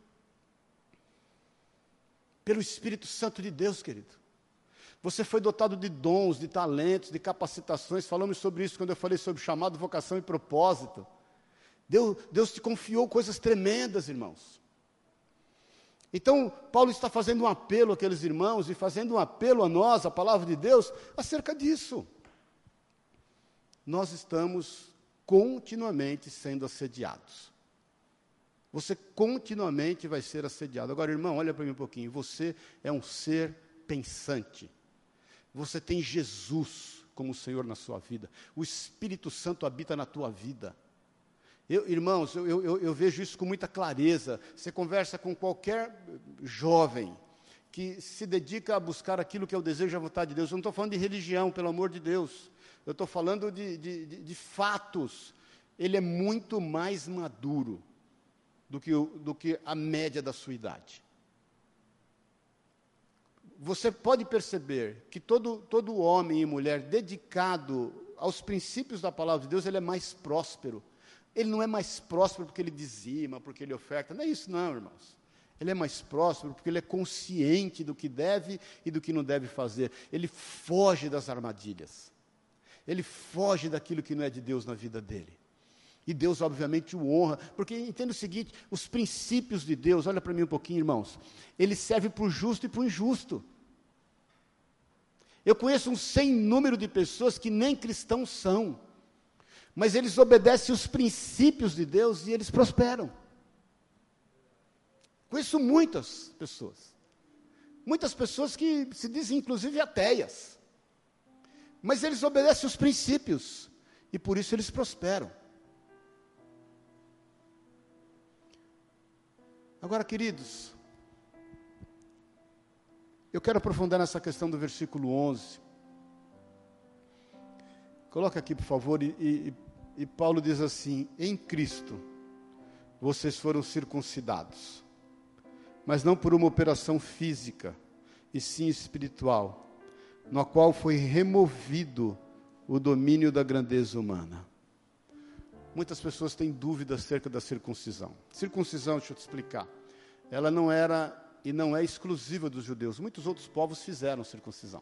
pelo Espírito Santo de Deus, querido. Você foi dotado de dons, de talentos, de capacitações. Falamos sobre isso quando eu falei sobre chamado, vocação e propósito. Deus, Deus te confiou coisas tremendas, irmãos. Então, Paulo está fazendo um apelo àqueles irmãos e fazendo um apelo a nós, a palavra de Deus, acerca disso. Nós estamos continuamente sendo assediados. Você continuamente vai ser assediado. Agora, irmão, olha para mim um pouquinho. Você é um ser pensante. Você tem Jesus como o Senhor na sua vida. O Espírito Santo habita na tua vida. Eu, irmãos, eu, eu, eu vejo isso com muita clareza. Você conversa com qualquer jovem que se dedica a buscar aquilo que é o desejo e a vontade de Deus. Eu não estou falando de religião, pelo amor de Deus. Eu estou falando de, de, de, de fatos. Ele é muito mais maduro do que, o, do que a média da sua idade. Você pode perceber que todo, todo homem e mulher dedicado aos princípios da palavra de Deus, ele é mais próspero. Ele não é mais próspero porque ele dizima, porque ele oferta. Não é isso não, irmãos. Ele é mais próspero porque ele é consciente do que deve e do que não deve fazer. Ele foge das armadilhas. Ele foge daquilo que não é de Deus na vida dele. E Deus, obviamente, o honra. Porque entenda o seguinte, os princípios de Deus, olha para mim um pouquinho, irmãos, ele serve para o justo e para o injusto. Eu conheço um sem número de pessoas que nem cristãos são, mas eles obedecem os princípios de Deus e eles prosperam. Conheço muitas pessoas, muitas pessoas que se dizem inclusive ateias, mas eles obedecem os princípios, e por isso eles prosperam. Agora, queridos, eu quero aprofundar nessa questão do versículo onze. Coloca aqui, por favor, e, e, e Paulo diz assim: em Cristo, vocês foram circuncidados, mas não por uma operação física, e sim espiritual, na qual foi removido o domínio da grandeza humana. Muitas pessoas têm dúvidas acerca da circuncisão. Circuncisão, deixa eu te explicar, ela não era e não é exclusiva dos judeus. Muitos outros povos fizeram circuncisão.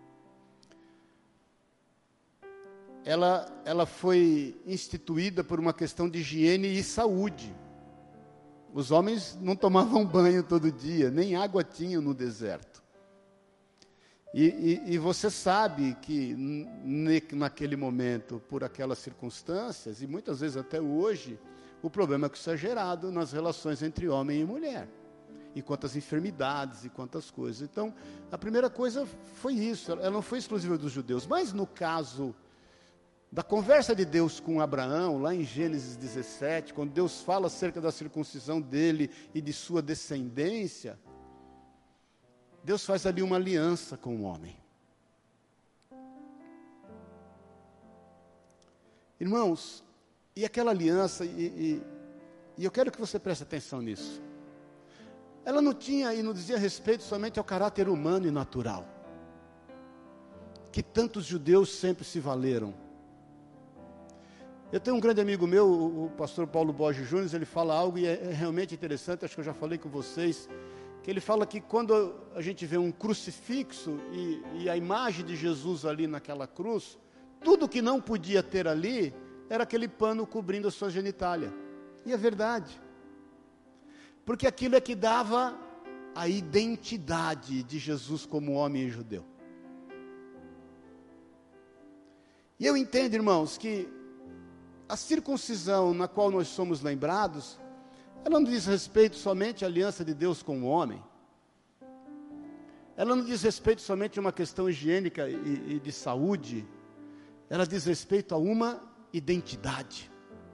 Ela, ela foi instituída por uma questão de higiene e saúde. Os homens não tomavam banho todo dia, nem água tinham no deserto. E, e, e você sabe que ne, naquele momento, por aquelas circunstâncias, e muitas vezes até hoje, o problema é que isso é gerado nas relações entre homem e mulher. E quantas enfermidades, e quantas coisas. Então, a primeira coisa foi isso, ela não foi exclusiva dos judeus. Mas no caso da conversa de Deus com Abraão, lá em Gênesis dezessete, quando Deus fala acerca da circuncisão dele e de sua descendência, Deus faz ali uma aliança com o homem. Irmãos, e aquela aliança, e, e, e eu quero que você preste atenção nisso, ela não tinha e não dizia respeito somente ao caráter humano e natural, que tantos judeus sempre se valeram. Eu tenho um grande amigo meu, o pastor Paulo Borges Júnior, ele fala algo e é realmente interessante, acho que eu já falei com vocês, que ele fala que quando a gente vê um crucifixo e, e a imagem de Jesus ali naquela cruz, tudo que não podia ter ali, era aquele pano cobrindo a sua genitália. E é verdade. Porque aquilo é que dava a identidade de Jesus como homem e judeu. E eu entendo, irmãos, que a circuncisão na qual nós somos lembrados, ela não diz respeito somente à aliança de Deus com o homem. Ela não diz respeito somente a uma questão higiênica e, e de saúde. Ela diz respeito a uma identidade.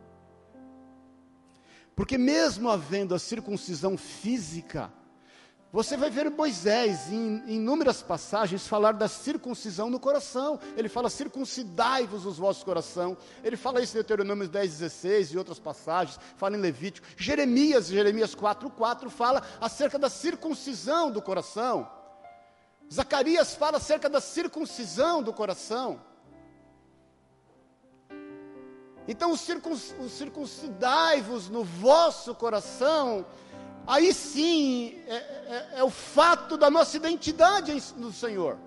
Porque mesmo havendo a circuncisão física, você vai ver Moisés, em, em inúmeras passagens, falar da circuncisão no coração. Ele fala, circuncidai-vos os vossos coração. Ele fala isso em Deuteronômio dez, dezesseis e outras passagens, fala em Levítico. Jeremias, Jeremias quatro, quatro, fala acerca da circuncisão do coração. Zacarias fala acerca da circuncisão do coração. Então, o circuncidai-vos no vosso coração, aí sim, é, é, é o fato da nossa identidade no Senhor.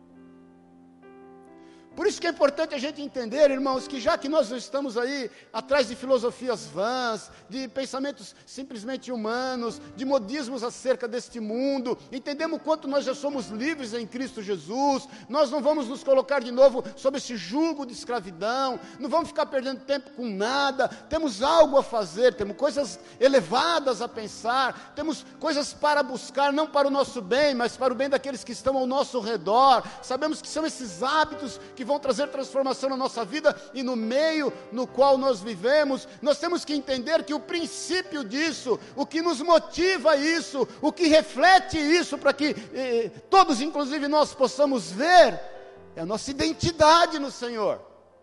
Por isso que é importante a gente entender, irmãos, que já que nós não estamos aí atrás de filosofias vãs, de pensamentos simplesmente humanos, de modismos acerca deste mundo, entendemos o quanto nós já somos livres em Cristo Jesus, nós não vamos nos colocar de novo sob esse jugo de escravidão, não vamos ficar perdendo tempo com nada, temos algo a fazer, temos coisas elevadas a pensar, temos coisas para buscar, não para o nosso bem, mas para o bem daqueles que estão ao nosso redor. Sabemos que são esses hábitos que que vão trazer transformação na nossa vida e no meio no qual nós vivemos. Nós temos que entender que o princípio disso, o que nos motiva a isso, o que reflete isso, para que eh, todos, inclusive nós, possamos ver, é a nossa identidade no Senhor.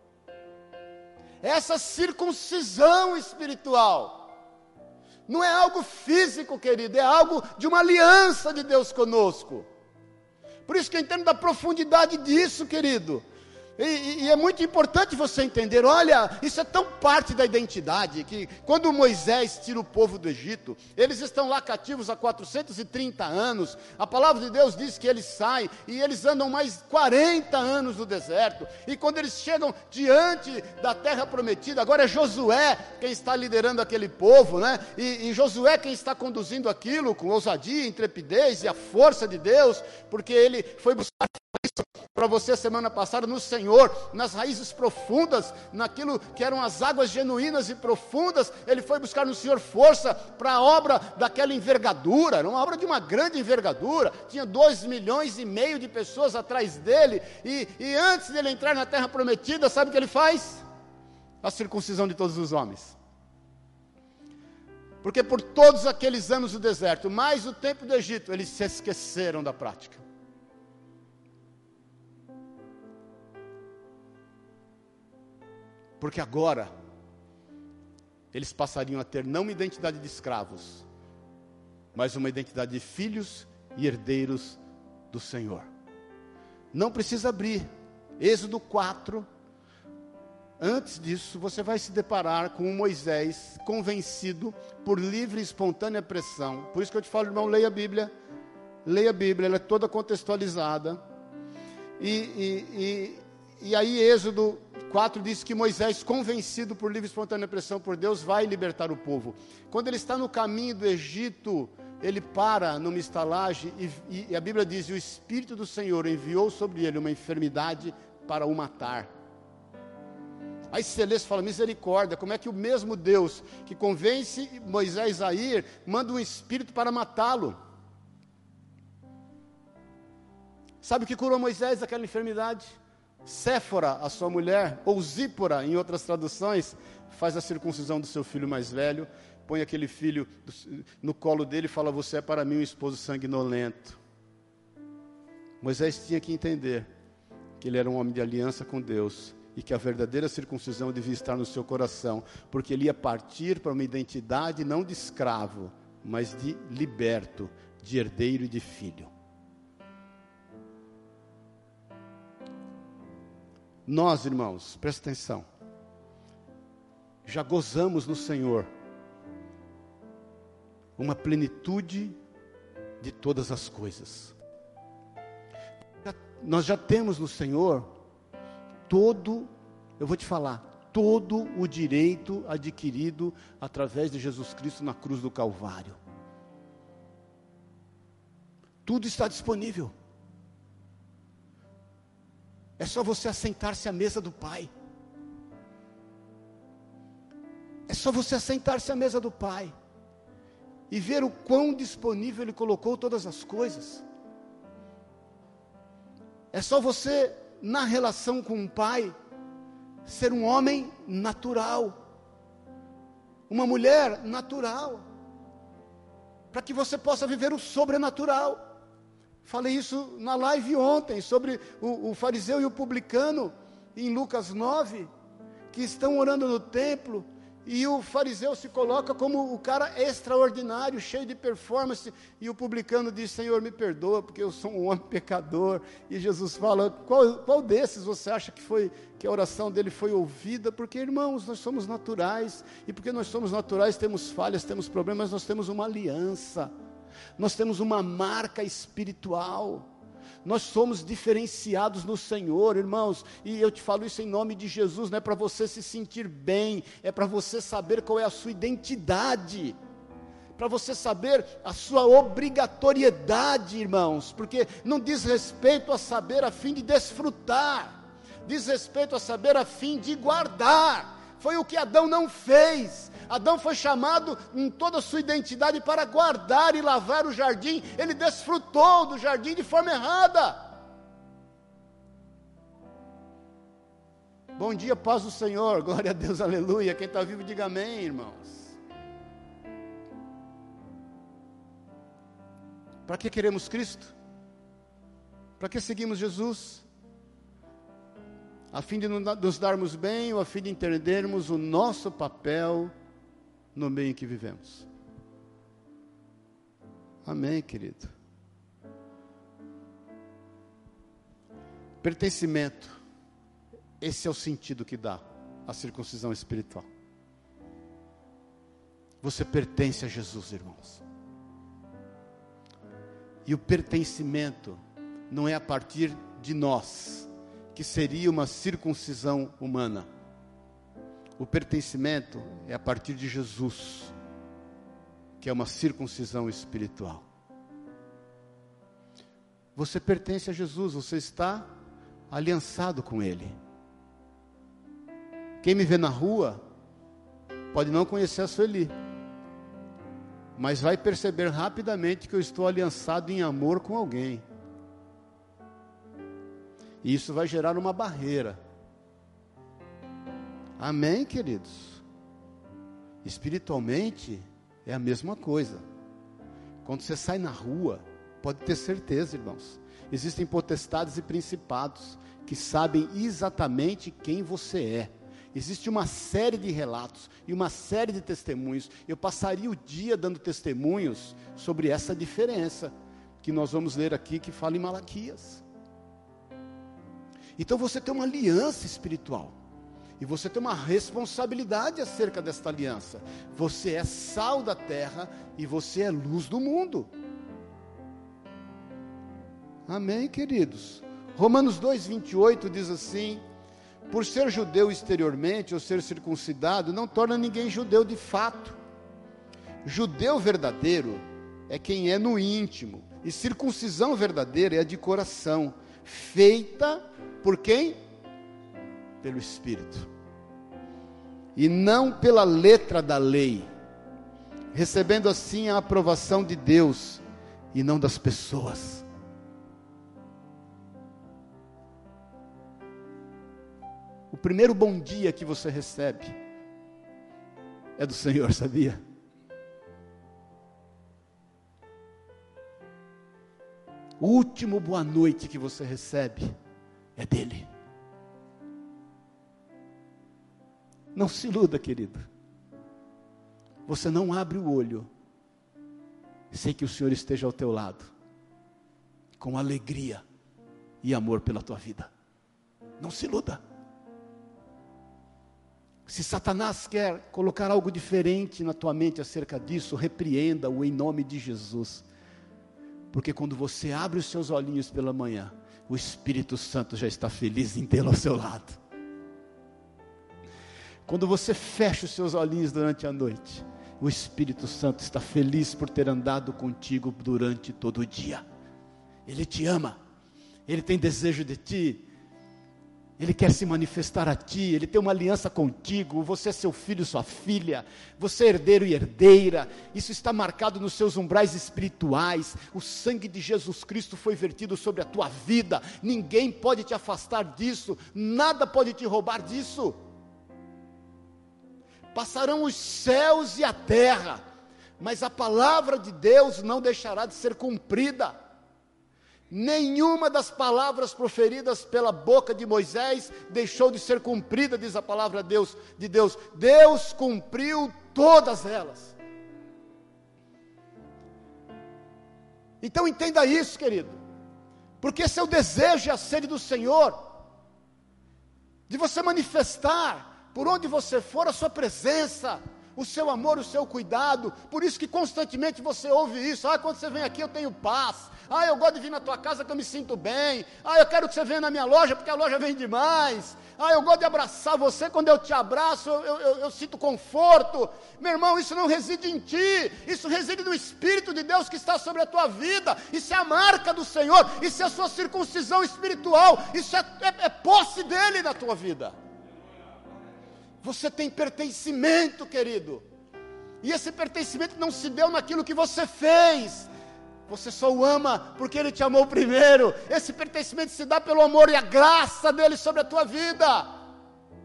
Essa circuncisão espiritual não é algo físico, querido, é algo de uma aliança de Deus conosco. Por isso que eu entendo da profundidade disso, querido. E, e é muito importante você entender, olha, isso é tão parte da identidade, que quando Moisés tira o povo do Egito, eles estão lá cativos há quatrocentos e trinta anos, a palavra de Deus diz que eles saem, e eles andam mais quarenta anos no deserto, e quando eles chegam diante da terra prometida, agora é Josué quem está liderando aquele povo, né? e, e Josué quem está conduzindo aquilo com ousadia, intrepidez e a força de Deus, porque ele foi buscar para você semana passada no Senhor, nas raízes profundas, naquilo que eram as águas genuínas e profundas. Ele foi buscar no Senhor força para a obra daquela envergadura, era uma obra de uma grande envergadura, tinha dois milhões e meio de pessoas atrás dele, e, e antes dele entrar na terra prometida, sabe o que ele faz? A circuncisão de todos os homens. Porque por todos aqueles anos do deserto, mais o tempo do Egito, eles se esqueceram da prática. Porque agora, eles passariam a ter não uma identidade de escravos, mas uma identidade de filhos e herdeiros do Senhor. Não precisa abrir, Êxodo quatro, antes disso, você vai se deparar com um Moisés convencido por livre e espontânea pressão. Por isso que eu te falo, irmão, leia a Bíblia, leia a Bíblia, ela é toda contextualizada, e, e, e E aí Êxodo quatro diz que Moisés, convencido por livre e espontânea pressão por Deus, vai libertar o povo. Quando ele está no caminho do Egito, ele para numa estalagem, e, e a Bíblia diz, e o Espírito do Senhor enviou sobre ele uma enfermidade para o matar. Aí você lê e fala, misericórdia, como é que o mesmo Deus que convence Moisés a ir, manda um espírito para matá-lo? Sabe o que curou Moisés daquela enfermidade? Séfora, a sua mulher, ou Zípora, em outras traduções, faz a circuncisão do seu filho mais velho, põe aquele filho no colo dele e fala, você é para mim um esposo sanguinolento. Moisés tinha que entender que ele era um homem de aliança com Deus, e que a verdadeira circuncisão devia estar no seu coração, porque ele ia partir para uma identidade não de escravo, mas de liberto, de herdeiro e de filho. Nós, irmãos, presta atenção, já gozamos no Senhor uma plenitude de todas as coisas. Já, nós já temos no Senhor todo, eu vou te falar, todo o direito adquirido através de Jesus Cristo na cruz do Calvário. Tudo está disponível. É só você assentar-se à mesa do Pai. É só você assentar-se à mesa do Pai e ver o quão disponível Ele colocou todas as coisas. É só você, na relação com o Pai, ser um homem natural, uma mulher natural, para que você possa viver o sobrenatural. Falei isso na live ontem, sobre o, o fariseu e o publicano, em Lucas nove, que estão orando no templo, e o fariseu se coloca como o cara extraordinário, cheio de performance, e o publicano diz, Senhor, me perdoa, porque eu sou um homem pecador, e Jesus fala, qual, qual desses você acha que, foi, que a oração dele foi ouvida? Porque, irmãos, nós somos naturais, e porque nós somos naturais, temos falhas, temos problemas, nós temos uma aliança, nós temos uma marca espiritual, nós somos diferenciados no Senhor, irmãos, e eu te falo isso em nome de Jesus, não é para você se sentir bem, é para você saber qual é a sua identidade, para você saber a sua obrigatoriedade, irmãos, porque não diz respeito a saber a fim de desfrutar, diz respeito a saber a fim de guardar. Foi o que Adão não fez. Adão foi chamado em toda a sua identidade para guardar e lavar o jardim. Ele desfrutou do jardim de forma errada. Bom dia, paz do Senhor, glória a Deus, aleluia. Quem está vivo, diga amém, irmãos. Para que queremos Cristo? Para que seguimos Jesus? A fim de nos darmos bem ou a fim de entendermos o nosso papel no meio em que vivemos? Amém, querido. Pertencimento. Esse é o sentido que dá a circuncisão espiritual. Você pertence a Jesus, irmãos. E o pertencimento não é a partir de nós, que seria uma circuncisão humana. O pertencimento é a partir de Jesus, que é uma circuncisão espiritual. Você pertence a Jesus, você está aliançado com Ele. Quem me vê na rua, pode não conhecer a Sueli, mas vai perceber rapidamente que eu estou aliançado em amor com alguém. E isso vai gerar uma barreira. Amém, queridos? Espiritualmente, é a mesma coisa. Quando você sai na rua, pode ter certeza, irmãos, existem potestades e principados que sabem exatamente quem você é. Existe uma série de relatos e uma série de testemunhos. Eu passaria o dia dando testemunhos sobre essa diferença que nós vamos ler aqui, que fala em Malaquias. Então você tem uma aliança espiritual e você tem uma responsabilidade acerca desta aliança. Você é sal da terra e você é luz do mundo. Amém, queridos? Romanos dois, vinte e oito diz assim: por ser judeu exteriormente ou ser circuncidado, não torna ninguém judeu de fato. Judeu verdadeiro é quem é no íntimo, e circuncisão verdadeira é a de coração, feita por quem? Pelo Espírito, e não pela letra da lei, recebendo assim a aprovação de Deus, e não das pessoas. O primeiro bom dia que você recebe é do Senhor, sabia? O último boa noite que você recebe é dele. Não se iluda, querido. Você não abre o olho sem que o Senhor esteja ao teu lado, com alegria e amor pela tua vida. Não se iluda. Se Satanás quer colocar algo diferente na tua mente acerca disso, repreenda-o em nome de Jesus. Porque quando você abre os seus olhinhos pela manhã, o Espírito Santo já está feliz em tê-lo ao seu lado. Quando você fecha os seus olhinhos durante a noite, o Espírito Santo está feliz por ter andado contigo durante todo o dia. Ele te ama, Ele tem desejo de ti, Ele quer se manifestar a ti, Ele tem uma aliança contigo, você é seu filho, sua filha, você é herdeiro e herdeira, isso está marcado nos seus umbrais espirituais, o sangue de Jesus Cristo foi vertido sobre a tua vida, ninguém pode te afastar disso, nada pode te roubar disso. Passarão os céus e a terra, mas a palavra de Deus não deixará de ser cumprida. Nenhuma das palavras proferidas pela boca de Moisés deixou de ser cumprida, diz a palavra de Deus, de Deus. Deus cumpriu todas elas. Então entenda isso, querido, porque esse é o desejo e a sede do Senhor, de você manifestar, por onde você for, a sua presença, o seu amor, o seu cuidado. Por isso que constantemente você ouve isso: ah, quando você vem aqui eu tenho paz, ah, eu gosto de vir na tua casa que eu me sinto bem, ah, eu quero que você venha na minha loja porque a loja vem demais, ah, eu gosto de abraçar você, quando eu te abraço eu, eu, eu, eu sinto conforto. Meu irmão, isso não reside em ti, isso reside no Espírito de Deus que está sobre a tua vida. Isso é a marca do Senhor, isso é a sua circuncisão espiritual, isso é, é, é posse dele na tua vida. Você tem pertencimento, querido, e esse pertencimento não se deu naquilo que você fez, você só o ama porque Ele te amou primeiro. Esse pertencimento se dá pelo amor e a graça dEle sobre a tua vida.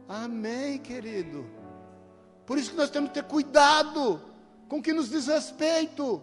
Amém, querido. Por isso que nós temos que ter cuidado com o que nos diz respeito.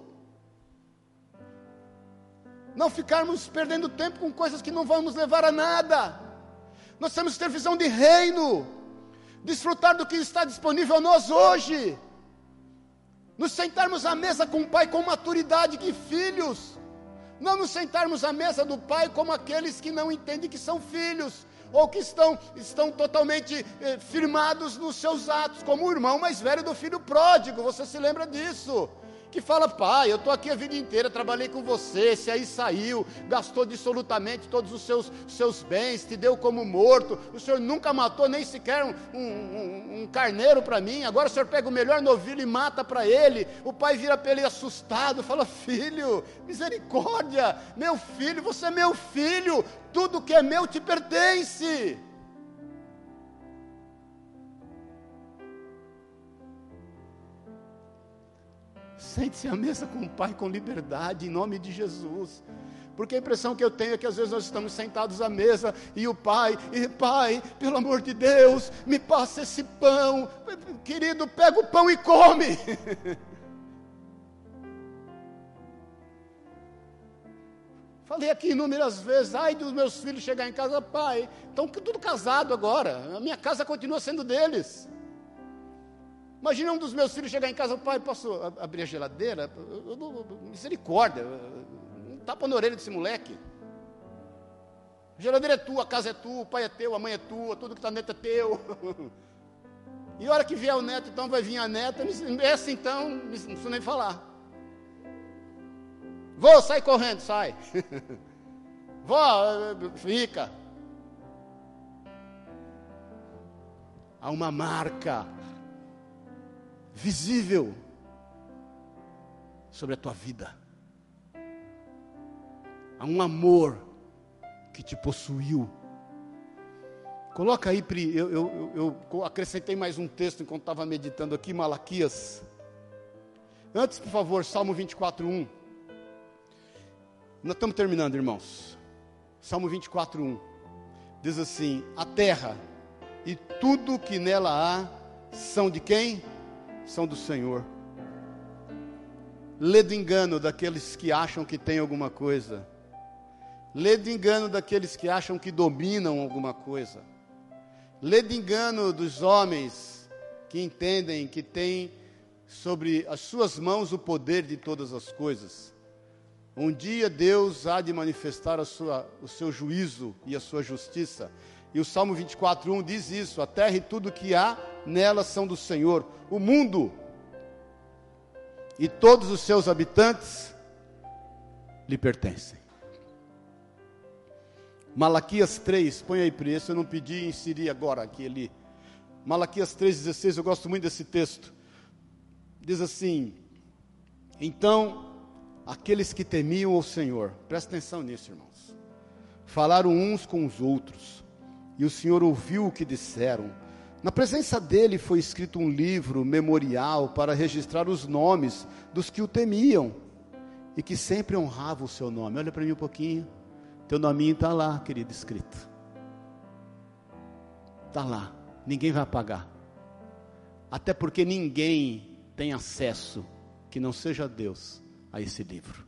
Não ficarmos perdendo tempo com coisas que não vão nos levar a nada. Nós temos que ter visão de reino, desfrutar do que está disponível a nós hoje, nos sentarmos à mesa com o Pai com maturidade de filhos, não nos sentarmos à mesa do Pai como aqueles que não entendem que são filhos, ou que estão, estão totalmente eh, firmados nos seus atos, como o irmão mais velho do filho pródigo. Você se lembra disso? Que fala: pai, eu estou aqui a vida inteira, trabalhei com você, se aí saiu, gastou dissolutamente todos os seus, seus bens, te deu como morto, o senhor nunca matou nem sequer um, um, um carneiro para mim, agora o senhor pega o melhor novilho e mata para ele. O pai vira para ele assustado, fala: filho, misericórdia, meu filho, você é meu filho, tudo que é meu te pertence. Sente-se à mesa com o Pai com liberdade, em nome de Jesus. Porque a impressão que eu tenho é que às vezes nós estamos sentados à mesa e o Pai, e Pai, pelo amor de Deus, me passa esse pão. Querido, pega o pão e come. Falei aqui inúmeras vezes: ai dos meus filhos chegar em casa, pai, estão tudo casado agora, a minha casa continua sendo deles. Imagina um dos meus filhos chegar em casa: pai, posso abrir a geladeira? Eu, eu, eu, misericórdia, um tapa na orelha desse moleque. A geladeira é tua, a casa é tua, o pai é teu, a mãe é tua, tudo que está dentro é teu. E a hora que vier o neto, então vai vir a neta, essa então, não preciso nem falar. Vou, sai correndo, sai. Vó, fica. Há uma marca visível sobre a tua vida. Há um amor que te possuiu. Coloca aí, Pri, eu, eu, eu, eu acrescentei mais um texto enquanto estava meditando aqui, Malaquias. Antes, por favor, Salmo vinte e quatro, um. Nós estamos terminando, irmãos. Salmo vinte e quatro, um. Diz assim: a terra e tudo que nela há são de quem? São do Senhor. Lê do engano daqueles que acham que tem alguma coisa. Lê do engano daqueles que acham que dominam alguma coisa. Lê do engano dos homens que entendem que tem sobre as suas mãos o poder de todas as coisas. Um dia Deus há de manifestar a sua, o seu juízo e a sua justiça. E o Salmo vinte e quatro, um diz isso: a terra e tudo que há nela são do Senhor. O mundo e todos os seus habitantes lhe pertencem. Malaquias três, põe aí para isso, eu não pedi, inseri agora aqui ali. Malaquias três, dezesseis, eu gosto muito desse texto. Diz assim: então aqueles que temiam o Senhor, presta atenção nisso, irmãos, falaram uns com os outros, e o Senhor ouviu o que disseram. Na presença dele foi escrito um livro memorial para registrar os nomes dos que o temiam e que sempre honravam o seu nome. Olha para mim um pouquinho, teu nominho está lá, querido, escrito. Está lá, ninguém vai apagar. Até porque ninguém tem acesso, que não seja Deus, a esse livro.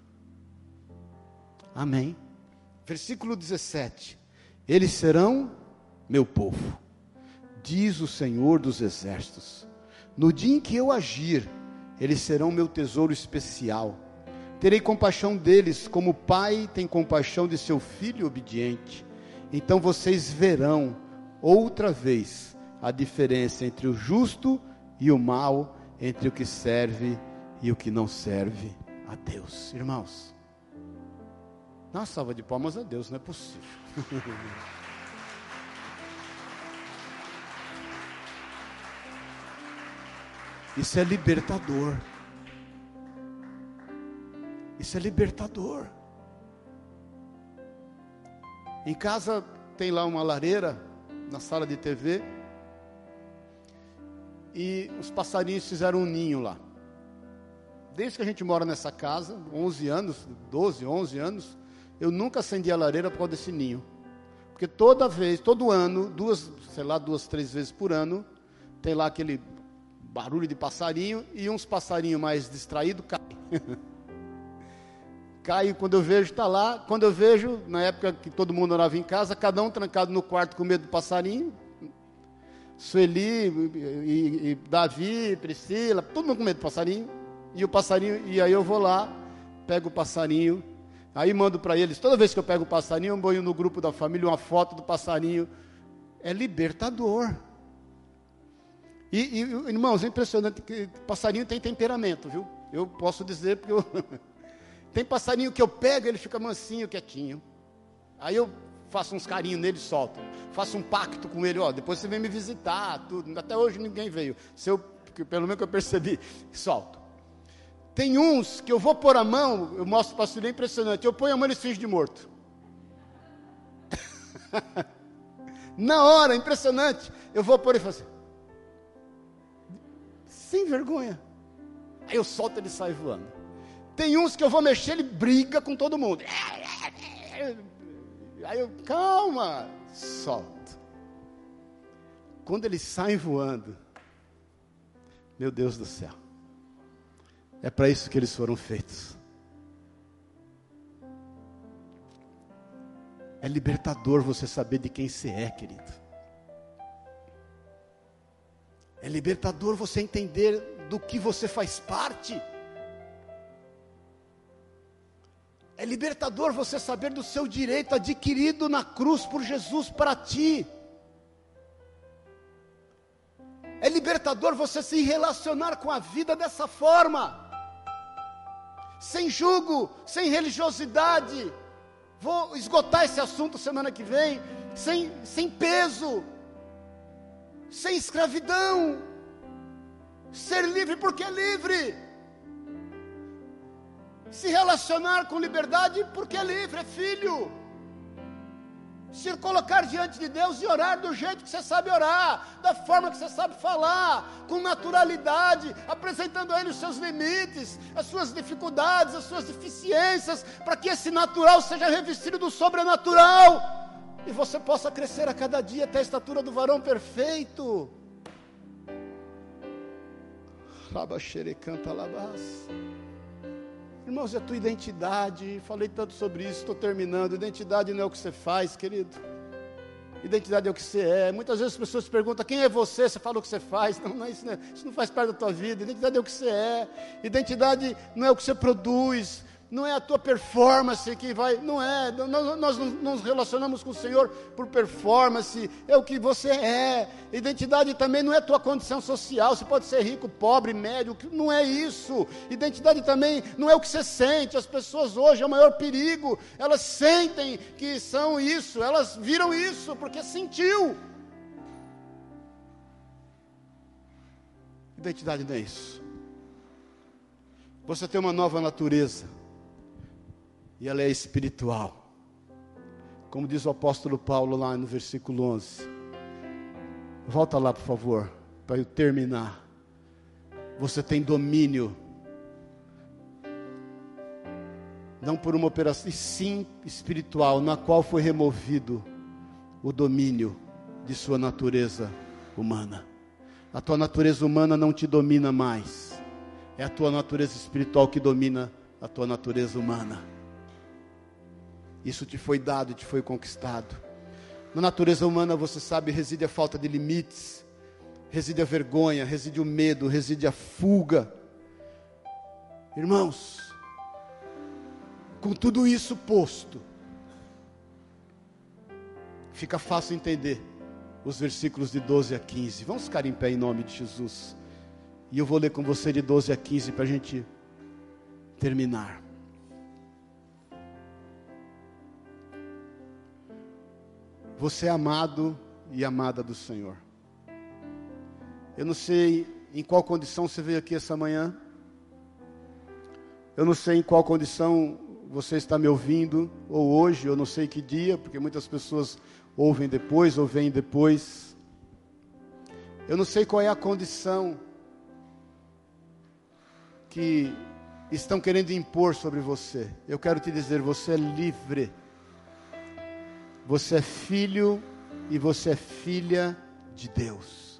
Amém. Versículo dezessete: eles serão meu povo, diz o Senhor dos exércitos. No dia em que eu agir, eles serão meu tesouro especial. Terei compaixão deles, como o pai tem compaixão de seu filho obediente. Então vocês verão outra vez a diferença entre o justo e o mal, entre o que serve e o que não serve a Deus. Irmãos, dá uma salva de palmas a Deus, não é possível. Isso é libertador. Isso é libertador. Em casa tem lá uma lareira, na sala de T V, e os passarinhos fizeram um ninho lá. Desde que a gente mora nessa casa, onze anos, doze, onze anos, eu nunca acendi a lareira por causa desse ninho. Porque toda vez, todo ano, duas, sei lá, duas, três vezes por ano, tem lá aquele barulho de passarinho, e uns passarinhos mais distraídos caem. Cai, quando eu vejo, está lá. Quando eu vejo, na época que todo mundo morava em casa, cada um trancado no quarto com medo do passarinho. Sueli, e, e, e Davi, Priscila, todo mundo com medo do passarinho. E o passarinho, e aí eu vou lá, pego o passarinho, aí mando para eles. Toda vez que eu pego o passarinho, eu ponho no grupo da família uma foto do passarinho. É libertador. E, e irmãos, é impressionante que passarinho tem temperamento, viu? Eu posso dizer porque eu... Tem passarinho que eu pego, ele fica mansinho, quietinho. Aí eu faço uns carinhos nele e solto. Faço um pacto com ele, ó, depois você vem me visitar, tudo. Até hoje ninguém veio. Se eu, pelo menos que eu percebi, solto. Tem uns que eu vou pôr a mão, eu mostro para o pastor, é impressionante. Eu ponho a mão e eles fingem de morto. Na hora, impressionante. Eu vou pôr e falo assim, sem vergonha. Aí eu solto, ele sai voando. Tem uns que eu vou mexer, ele briga com todo mundo. Aí eu, calma, solto. Quando eles saem voando, meu Deus do céu, é para isso que eles foram feitos. É libertador você saber de quem você é, querido. É libertador você entender do que você faz parte. É libertador você saber do seu direito adquirido na cruz por Jesus para ti. É libertador você se relacionar com a vida dessa forma. Sem julgo, sem religiosidade. Vou esgotar esse assunto semana que vem. Sem, sem peso. Sem escravidão. Ser livre porque é livre. Se relacionar com liberdade porque é livre, é filho. Se colocar diante de Deus e orar do jeito que você sabe orar, da forma que você sabe falar, com naturalidade, apresentando a Ele os seus limites, as suas dificuldades, as suas deficiências, para que esse natural seja revestido do sobrenatural, e você possa crescer a cada dia até a estatura do varão perfeito. Rabaxerecanta labás. Irmãos, é a tua identidade, falei tanto sobre isso, estou terminando. Identidade não é o que você faz, querido. Identidade é o que você é. Muitas vezes as pessoas perguntam, quem é você? Você fala o que você faz. Não, não, isso, não é, isso não faz parte da tua vida. Identidade é o que você é. Identidade não é o que você produz. Não é a tua performance que vai, não é, nós, nós não nos relacionamos com o Senhor por performance, é o que você é. Identidade também não é a tua condição social, você pode ser rico, pobre, médio, não é isso. Identidade também não é o que você sente. As pessoas hoje, é o maior perigo, elas sentem que são isso, elas viram isso, porque sentiu. Identidade não é isso. Você tem uma nova natureza. E ela é espiritual. Como diz o apóstolo Paulo lá no versículo onze. Volta lá, por favor, para eu terminar. Você tem domínio. Não por uma operação, e sim espiritual, na qual foi removido o domínio de sua natureza humana. A tua natureza humana não te domina mais. É a tua natureza espiritual que domina a tua natureza humana. Isso te foi dado, te foi conquistado. Na natureza humana, você sabe, reside a falta de limites, reside a vergonha, reside o medo, reside a fuga. Irmãos, com tudo isso posto, fica fácil entender os versículos de doze a quinze. Vamos ficar em pé em nome de Jesus. E eu vou ler com você de doze a quinze para a gente terminar. Você é amado e amada do Senhor. Eu não sei em qual condição você veio aqui essa manhã. Eu não sei em qual condição você está me ouvindo, ou hoje, eu não sei que dia, porque muitas pessoas ouvem depois, ou veem depois. Eu não sei qual é a condição que estão querendo impor sobre você. Eu quero te dizer, você é livre. Você é filho e você é filha de Deus.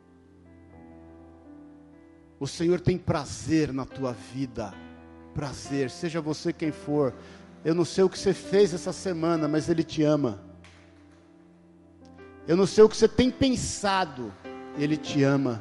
O Senhor tem prazer na tua vida. Prazer, seja você quem for. Eu não sei o que você fez essa semana, mas Ele te ama. Eu não sei o que você tem pensado, Ele te ama.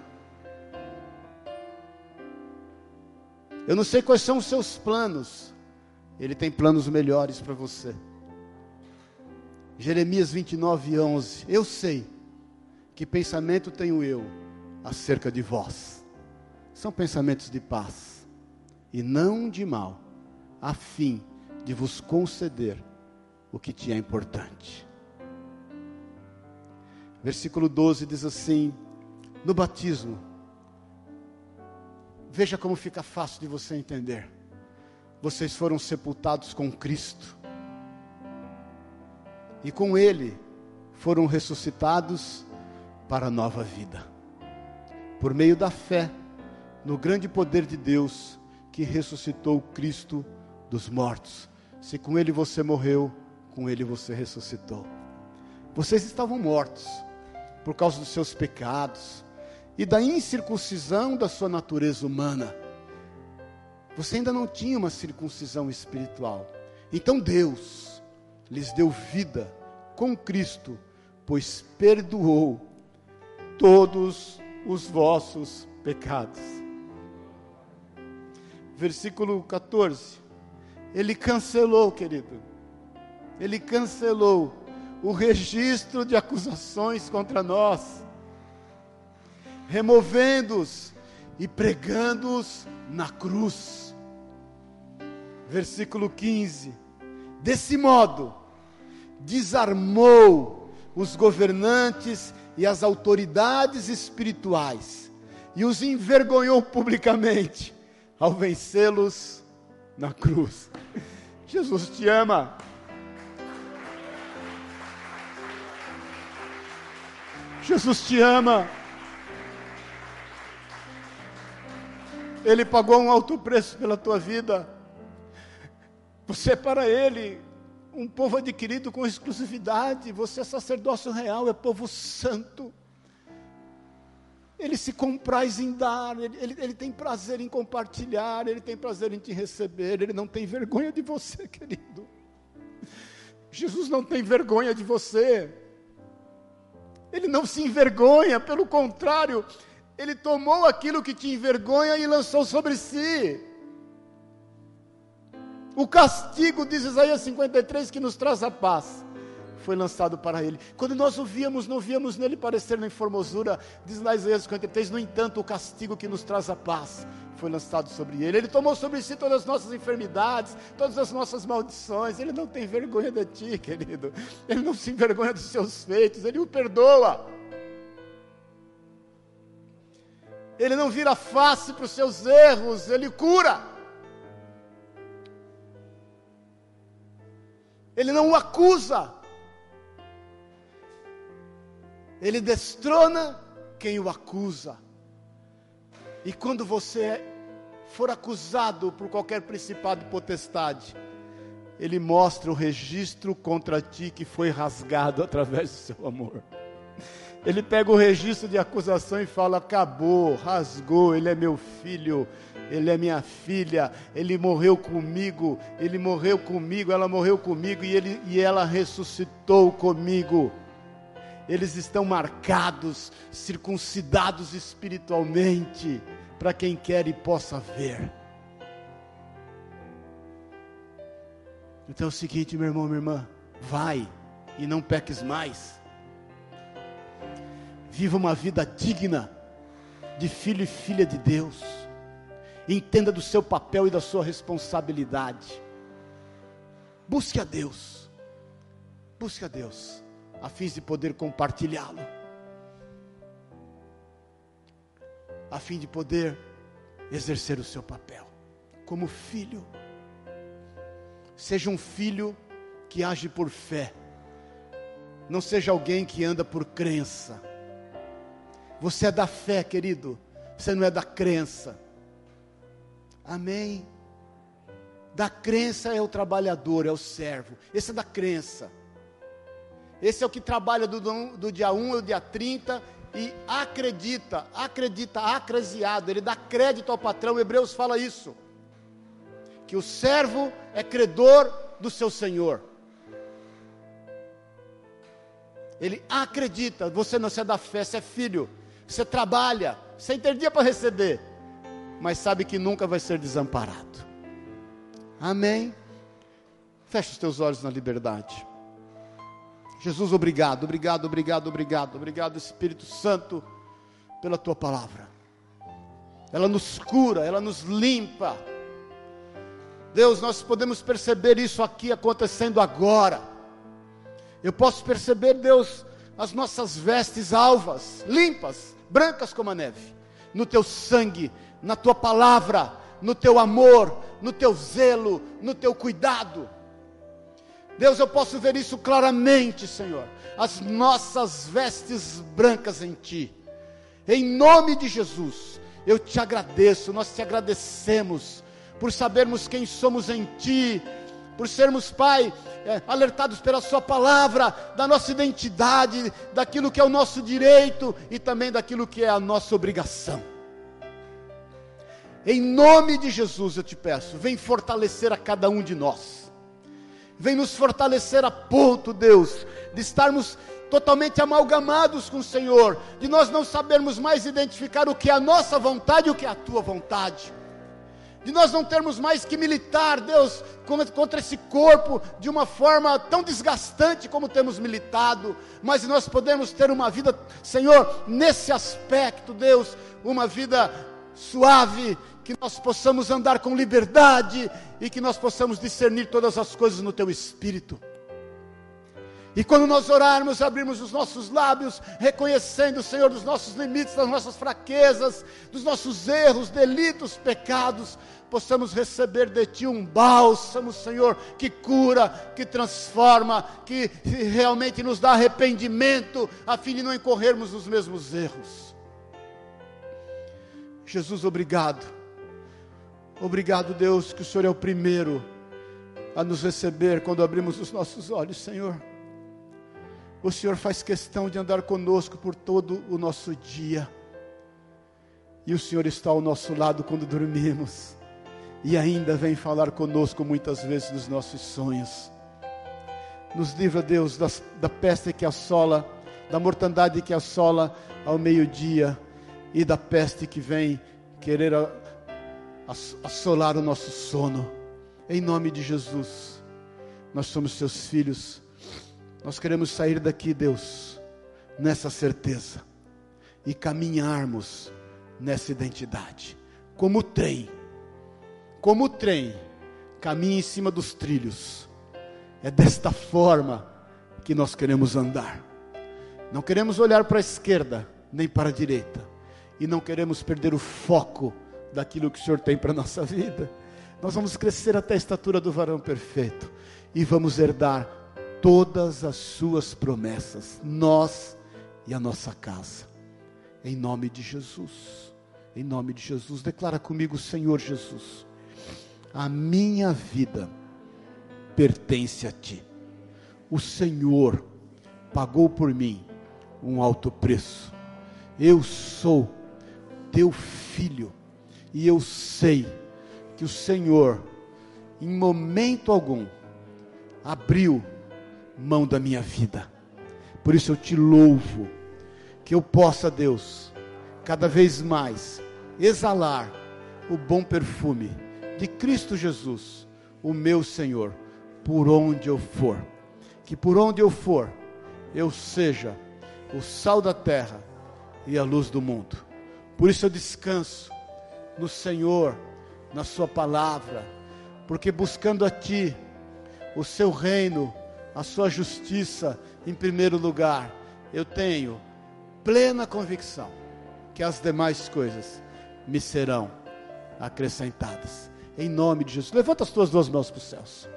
Eu não sei quais são os seus planos, Ele tem planos melhores para você. Jeremias vinte e nove, onze. Eu sei que pensamento tenho eu acerca de vós. São pensamentos de paz e não de mal, a fim de vos conceder o que te é importante. Versículo doze diz assim: no batismo, veja como fica fácil de você entender. Vocês foram sepultados com Cristo, e com Ele foram ressuscitados para a nova vida, por meio da fé no grande poder de Deus, que ressuscitou Cristo dos mortos. Se com Ele você morreu, com Ele você ressuscitou. Vocês estavam mortos por causa dos seus pecados e da incircuncisão da sua natureza humana. Você ainda não tinha uma circuncisão espiritual. Então Deus lhes deu vida com Cristo, pois perdoou todos os vossos pecados. Versículo catorze. Ele cancelou, querido. Ele cancelou o registro de acusações contra nós, removendo-os e pregando-os na cruz. Versículo quinze. Desse modo, desarmou os governantes e as autoridades espirituais e os envergonhou publicamente ao vencê-los na cruz. Jesus te ama. Jesus te ama. Ele pagou um alto preço pela tua vida. Você é para Ele um povo adquirido com exclusividade. Você é sacerdócio real, é povo santo. Ele se compraz em dar, ele, ele, ele tem prazer em compartilhar, Ele tem prazer em te receber, Ele não tem vergonha de você, querido. Jesus não tem vergonha de você. Ele não se envergonha, pelo contrário, Ele tomou aquilo que te envergonha e lançou sobre si. O castigo, diz Isaías cinquenta e três, que nos traz a paz, foi lançado para Ele. Quando nós o víamos, não víamos nele parecer nem formosura, diz lá Isaías cinquenta e três, no entanto, o castigo que nos traz a paz foi lançado sobre Ele. Ele tomou sobre si todas as nossas enfermidades, todas as nossas maldições. Ele não tem vergonha de ti, querido. Ele não se envergonha dos seus feitos, Ele o perdoa. Ele não vira face para os seus erros, Ele cura. Ele não o acusa. Ele destrona quem o acusa. E quando você for acusado por qualquer principado e potestade, Ele mostra o registro contra ti que foi rasgado através do seu amor. Ele pega o registro de acusação e fala: acabou, rasgou, ele é meu filho, ele é minha filha, ele morreu comigo, ele morreu comigo, ela morreu comigo e, ele, e ela ressuscitou comigo. Eles estão marcados, circuncidados espiritualmente, para quem quer e possa ver. Então é o seguinte, meu irmão, minha irmã, vai e não peques mais. Viva uma vida digna de filho e filha de Deus. Entenda do seu papel e da sua responsabilidade. Busque a Deus. Busque a Deus, a fim de poder compartilhá-lo, a fim de poder exercer o seu papel como filho. Seja um filho que age por fé, não seja alguém que anda por crença. Você é da fé, querido, você não é da crença. Amém? Da crença é o trabalhador, é o servo. Esse é da crença. Esse é o que trabalha do, do dia um ao dia trinta e acredita, acredita, acresiado, ele dá crédito ao patrão. Hebreus fala isso, que o servo é credor do seu senhor. Ele acredita. Você não é da fé, você é filho, você trabalha, sem ter dia para receber, mas sabe que nunca vai ser desamparado. Amém? Feche os teus olhos na liberdade. Jesus, obrigado, obrigado, obrigado, obrigado, obrigado, Espírito Santo, pela tua palavra. Ela nos cura, ela nos limpa. Deus, nós podemos perceber isso aqui acontecendo agora. Eu posso perceber, Deus, as nossas vestes alvas, limpas, brancas como a neve, no teu sangue, na tua palavra, no teu amor, no teu zelo, no teu cuidado. Deus, eu posso ver isso claramente, Senhor, as nossas vestes brancas em Ti. Em nome de Jesus, eu te agradeço, nós te agradecemos, por sabermos quem somos em Ti, por sermos, Pai, é, alertados pela Sua palavra, da nossa identidade, daquilo que é o nosso direito, e também daquilo que é a nossa obrigação. Em nome de Jesus eu te peço, vem fortalecer a cada um de nós, vem nos fortalecer a ponto, Deus, de estarmos totalmente amalgamados com o Senhor, de nós não sabermos mais identificar o que é a nossa vontade e o que é a Tua vontade, de nós não termos mais que militar, Deus, contra esse corpo, de uma forma tão desgastante como temos militado, mas nós podemos ter uma vida, Senhor, nesse aspecto, Deus, uma vida suave, que nós possamos andar com liberdade, e que nós possamos discernir todas as coisas no Teu Espírito. E quando nós orarmos, abrirmos os nossos lábios, reconhecendo, Senhor, dos nossos limites, das nossas fraquezas, dos nossos erros, delitos, pecados, possamos receber de Ti um bálsamo, Senhor, que cura, que transforma, que realmente nos dá arrependimento, a fim de não incorrermos nos mesmos erros. Jesus, obrigado. Obrigado, Deus, que o Senhor é o primeiro a nos receber quando abrimos os nossos olhos, Senhor. O Senhor faz questão de andar conosco por todo o nosso dia, e o Senhor está ao nosso lado quando dormimos, e ainda vem falar conosco muitas vezes nos nossos sonhos. Nos livra, Deus, das, da peste que assola, da mortandade que assola ao meio-dia, e da peste que vem querer a, a, assolar o nosso sono. Em nome de Jesus, nós somos Seus filhos. Nós queremos sair daqui, Deus, nessa certeza, e caminharmos nessa identidade, como o trem, como o trem, caminha em cima dos trilhos. É desta forma que nós queremos andar. Não queremos olhar para a esquerda, nem para a direita, e não queremos perder o foco daquilo que o Senhor tem para a nossa vida. Nós vamos crescer até a estatura do varão perfeito, e vamos herdar todas as suas promessas, nós e a nossa casa, em nome de Jesus. Em nome de Jesus, declara comigo: Senhor Jesus, a minha vida pertence a Ti. O Senhor pagou por mim um alto preço. Eu sou Teu filho, e eu sei que o Senhor, em momento algum, abriu mão da minha vida. Por isso eu Te louvo, que eu possa, Deus, cada vez mais exalar o bom perfume de Cristo Jesus, o meu Senhor, por onde eu for. Que por onde eu for, eu seja o sal da terra e a luz do mundo. Por isso eu descanso no Senhor, na Sua palavra, porque buscando a Ti, o Seu reino, a Sua justiça em primeiro lugar, eu tenho plena convicção que as demais coisas me serão acrescentadas. Em nome de Jesus, levanta as tuas duas mãos para os céus.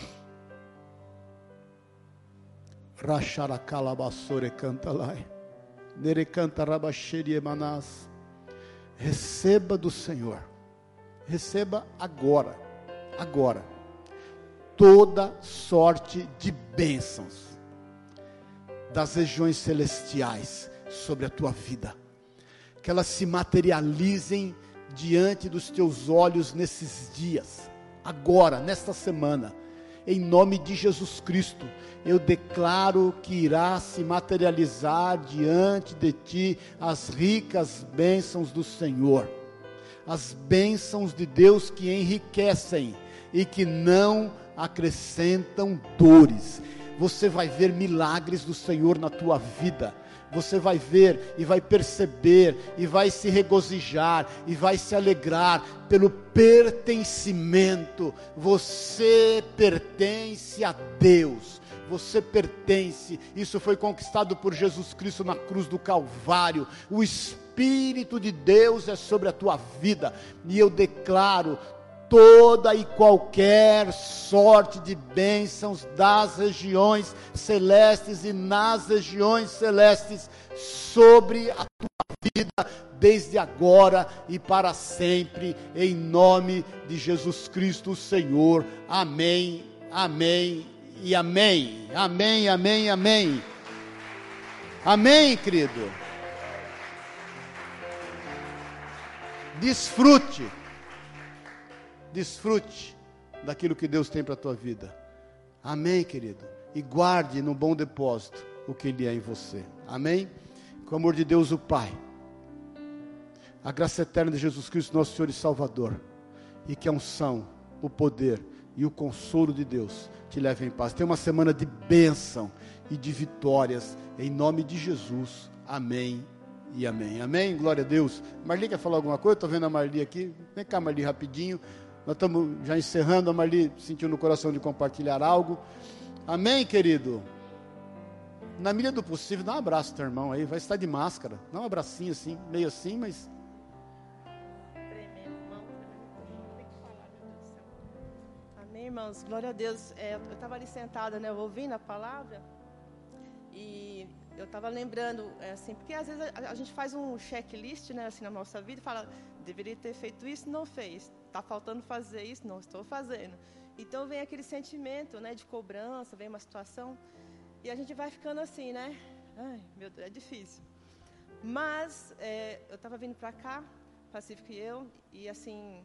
Racharacalabassore cantalai, nerecanta rabacheri emanás. Receba do Senhor, receba agora, agora, toda sorte de bênçãos, das regiões celestiais sobre a tua vida, que elas se materializem diante dos teus olhos nesses dias, agora, nesta semana, em nome de Jesus Cristo. Eu declaro que irá se materializar diante de ti as ricas bênçãos do Senhor, as bênçãos de Deus que enriquecem e que não acrescentam dores. Você vai ver milagres do Senhor na tua vida. Você vai ver e vai perceber e vai se regozijar e vai se alegrar pelo pertencimento. Você pertence a Deus. Você pertence. Isso foi conquistado por Jesus Cristo na cruz do Calvário. O Espírito de Deus é sobre a tua vida. E eu declaro toda e qualquer sorte de bênçãos das regiões celestes e nas regiões celestes sobre a tua vida, desde agora e para sempre, em nome de Jesus Cristo, o Senhor. Amém, amém e amém. Amém, amém, amém. Amém, querido. Desfrute. Desfrute daquilo que Deus tem para a tua vida. Amém, querido? E guarde no bom depósito o que Ele é em você. Amém? Com o amor de Deus o Pai, a graça eterna de Jesus Cristo, nosso Senhor e Salvador, e que a unção, o poder e o consolo de Deus te levem em paz. Tenha uma semana de bênção e de vitórias, em nome de Jesus. Amém e amém. Amém? Glória a Deus. Marli quer falar alguma coisa? Estou vendo a Marli aqui. Vem cá, Marli, rapidinho. Nós estamos já encerrando. A Marli sentiu no coração de compartilhar algo. Amém, querido? Na medida do possível, dá um abraço ao teu irmão aí. Vai estar de máscara. Dá um abracinho assim, meio assim, mas... Tremendo, irmão. Tem que falar, meu Deus do céu. Amém, irmãos? Glória a Deus. É, eu estava ali sentada, né, ouvindo a palavra. E eu estava lembrando, é, assim, porque às vezes a, a gente faz um checklist, né, assim, na nossa vida e fala, deveria ter feito isso, não fez. Está faltando fazer isso, não estou fazendo. Então vem aquele sentimento, né, de cobrança, vem uma situação, e a gente vai ficando assim, né? Ai, meu Deus, é difícil. Mas é, eu estava vindo para cá, Pacífico e eu, e assim,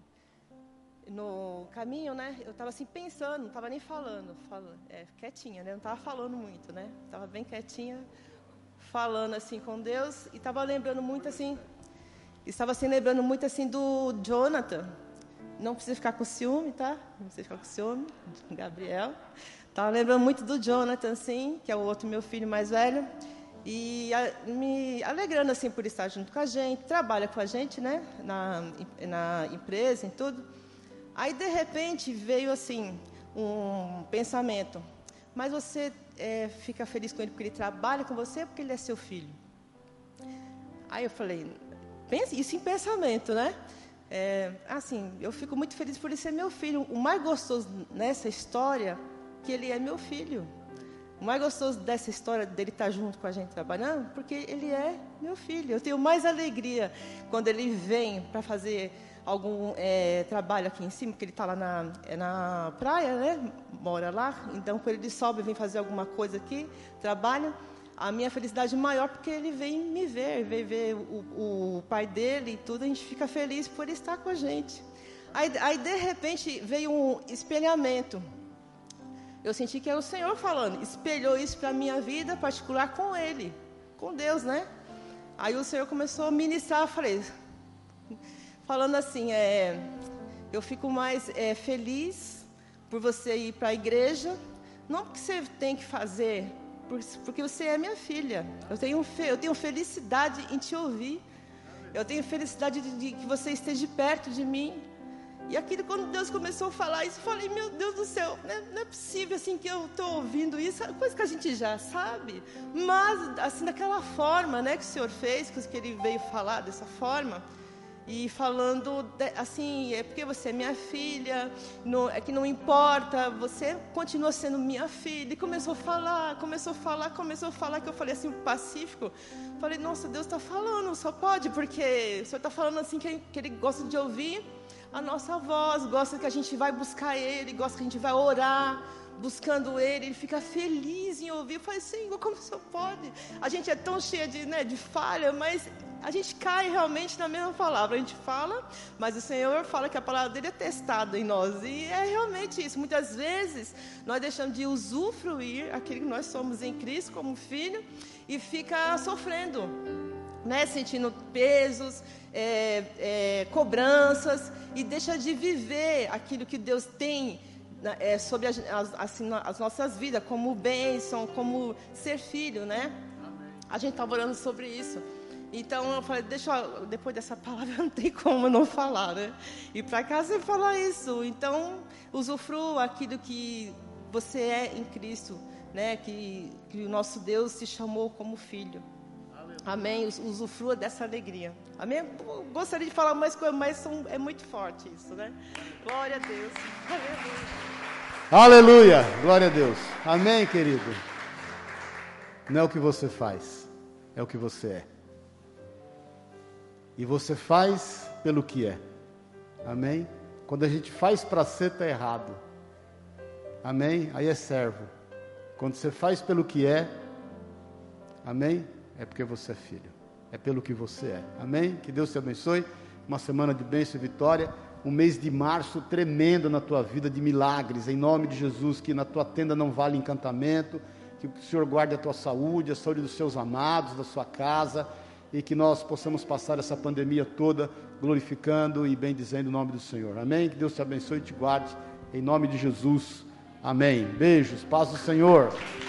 no caminho, né, eu estava assim pensando, não estava nem falando, falando é, quietinha, né, não estava falando muito, né, estava bem quietinha, falando assim com Deus, e estava lembrando muito assim, estava assim lembrando muito assim do Jonathan. Não precisa ficar com ciúme, tá? Não precisa ficar com ciúme, Gabriel. Estava lembrando muito do Jonathan, assim, que é o outro meu filho mais velho. E a, me alegrando, assim, por estar junto com a gente. Trabalha com a gente, né? Na, na empresa e tudo. Aí, de repente, veio, assim, um pensamento. Mas você é, fica feliz com ele porque ele trabalha com você ou porque ele é seu filho? Aí eu falei, pense isso em pensamento, né? É, assim, eu fico muito feliz por ele ser meu filho. O mais gostoso nessa história, que ele é meu filho. O mais gostoso dessa história dele estar junto com a gente trabalhando, porque ele é meu filho. Eu tenho mais alegria quando ele vem para fazer algum é, trabalho aqui em cima, porque ele está lá na, é na praia, né? Mora lá. Então, quando ele sobe, vem fazer alguma coisa aqui, trabalha. A minha felicidade maior porque ele vem me ver, vem ver o, o pai dele e tudo, a gente fica feliz por ele estar com a gente. Aí, aí, de repente, veio um espelhamento. Eu senti que era o Senhor falando, espelhou isso para a minha vida particular com Ele, com Deus, né? Aí o Senhor começou a ministrar, eu falei, falando assim, é, eu fico mais é, feliz por você ir para a igreja, não porque você tem que fazer... porque você é minha filha. Eu tenho, eu tenho felicidade em te ouvir. Eu tenho felicidade de, de que você esteja perto de mim. E aquilo, quando Deus começou a falar isso, eu falei, meu Deus do céu, não é, não é possível assim que eu estou ouvindo isso, é coisa que a gente já sabe. Mas, assim, daquela forma, né, que o Senhor fez, que Ele veio falar dessa forma... E falando, de, assim, é porque você é minha filha, não, é que não importa, você continua sendo minha filha. E começou a falar, começou a falar, começou a falar, que eu falei assim, Pacífico. Falei, nossa, Deus está falando, só pode, porque o Senhor está falando assim, que ele, que ele gosta de ouvir a nossa voz, gosta que a gente vai buscar Ele, gosta que a gente vai orar buscando Ele, ele fica feliz em ouvir. Eu falei, Senhor, como o Senhor pode? A gente é tão cheia de, né, de falha, mas a gente cai realmente na mesma palavra. A gente fala, mas o Senhor fala que a palavra dele é testada em nós. E é realmente isso. Muitas vezes nós deixamos de usufruir aquilo que nós somos em Cristo como filho e fica sofrendo, né? Sentindo pesos, é, é, cobranças, e deixa de viver aquilo que Deus tem é, sobre as, as, assim, as nossas vidas, como bênção, como ser filho, né? Amém. A gente estava orando sobre isso. Então eu falei, deixa eu, depois dessa palavra não tem como não falar, né? E para casa você falar isso. Então usufrua aquilo que você é em Cristo, né? Que, que o nosso Deus se chamou como filho. Amém? Usufrua dessa alegria. Amém? Eu gostaria de falar mais coisas, mas são, é muito forte isso, né? Glória a Deus. Aleluia. Aleluia. Glória a Deus. Amém, querido? Não é o que você faz, é o que você é. E você faz pelo que é. Amém? Quando a gente faz para ser, está errado. Amém? Aí é servo. Quando você faz pelo que é, amém? É porque você é filho. É pelo que você é. Amém? Que Deus te abençoe. Uma semana de bênção e vitória. Um mês de março tremendo na tua vida, de milagres. Em nome de Jesus, que na tua tenda não vale encantamento. Que o Senhor guarde a tua saúde, a saúde dos seus amados, da sua casa. E que nós possamos passar essa pandemia toda glorificando e bendizendo o nome do Senhor. Amém? Que Deus te abençoe e te guarde. Em nome de Jesus. Amém. Beijos. Paz do Senhor.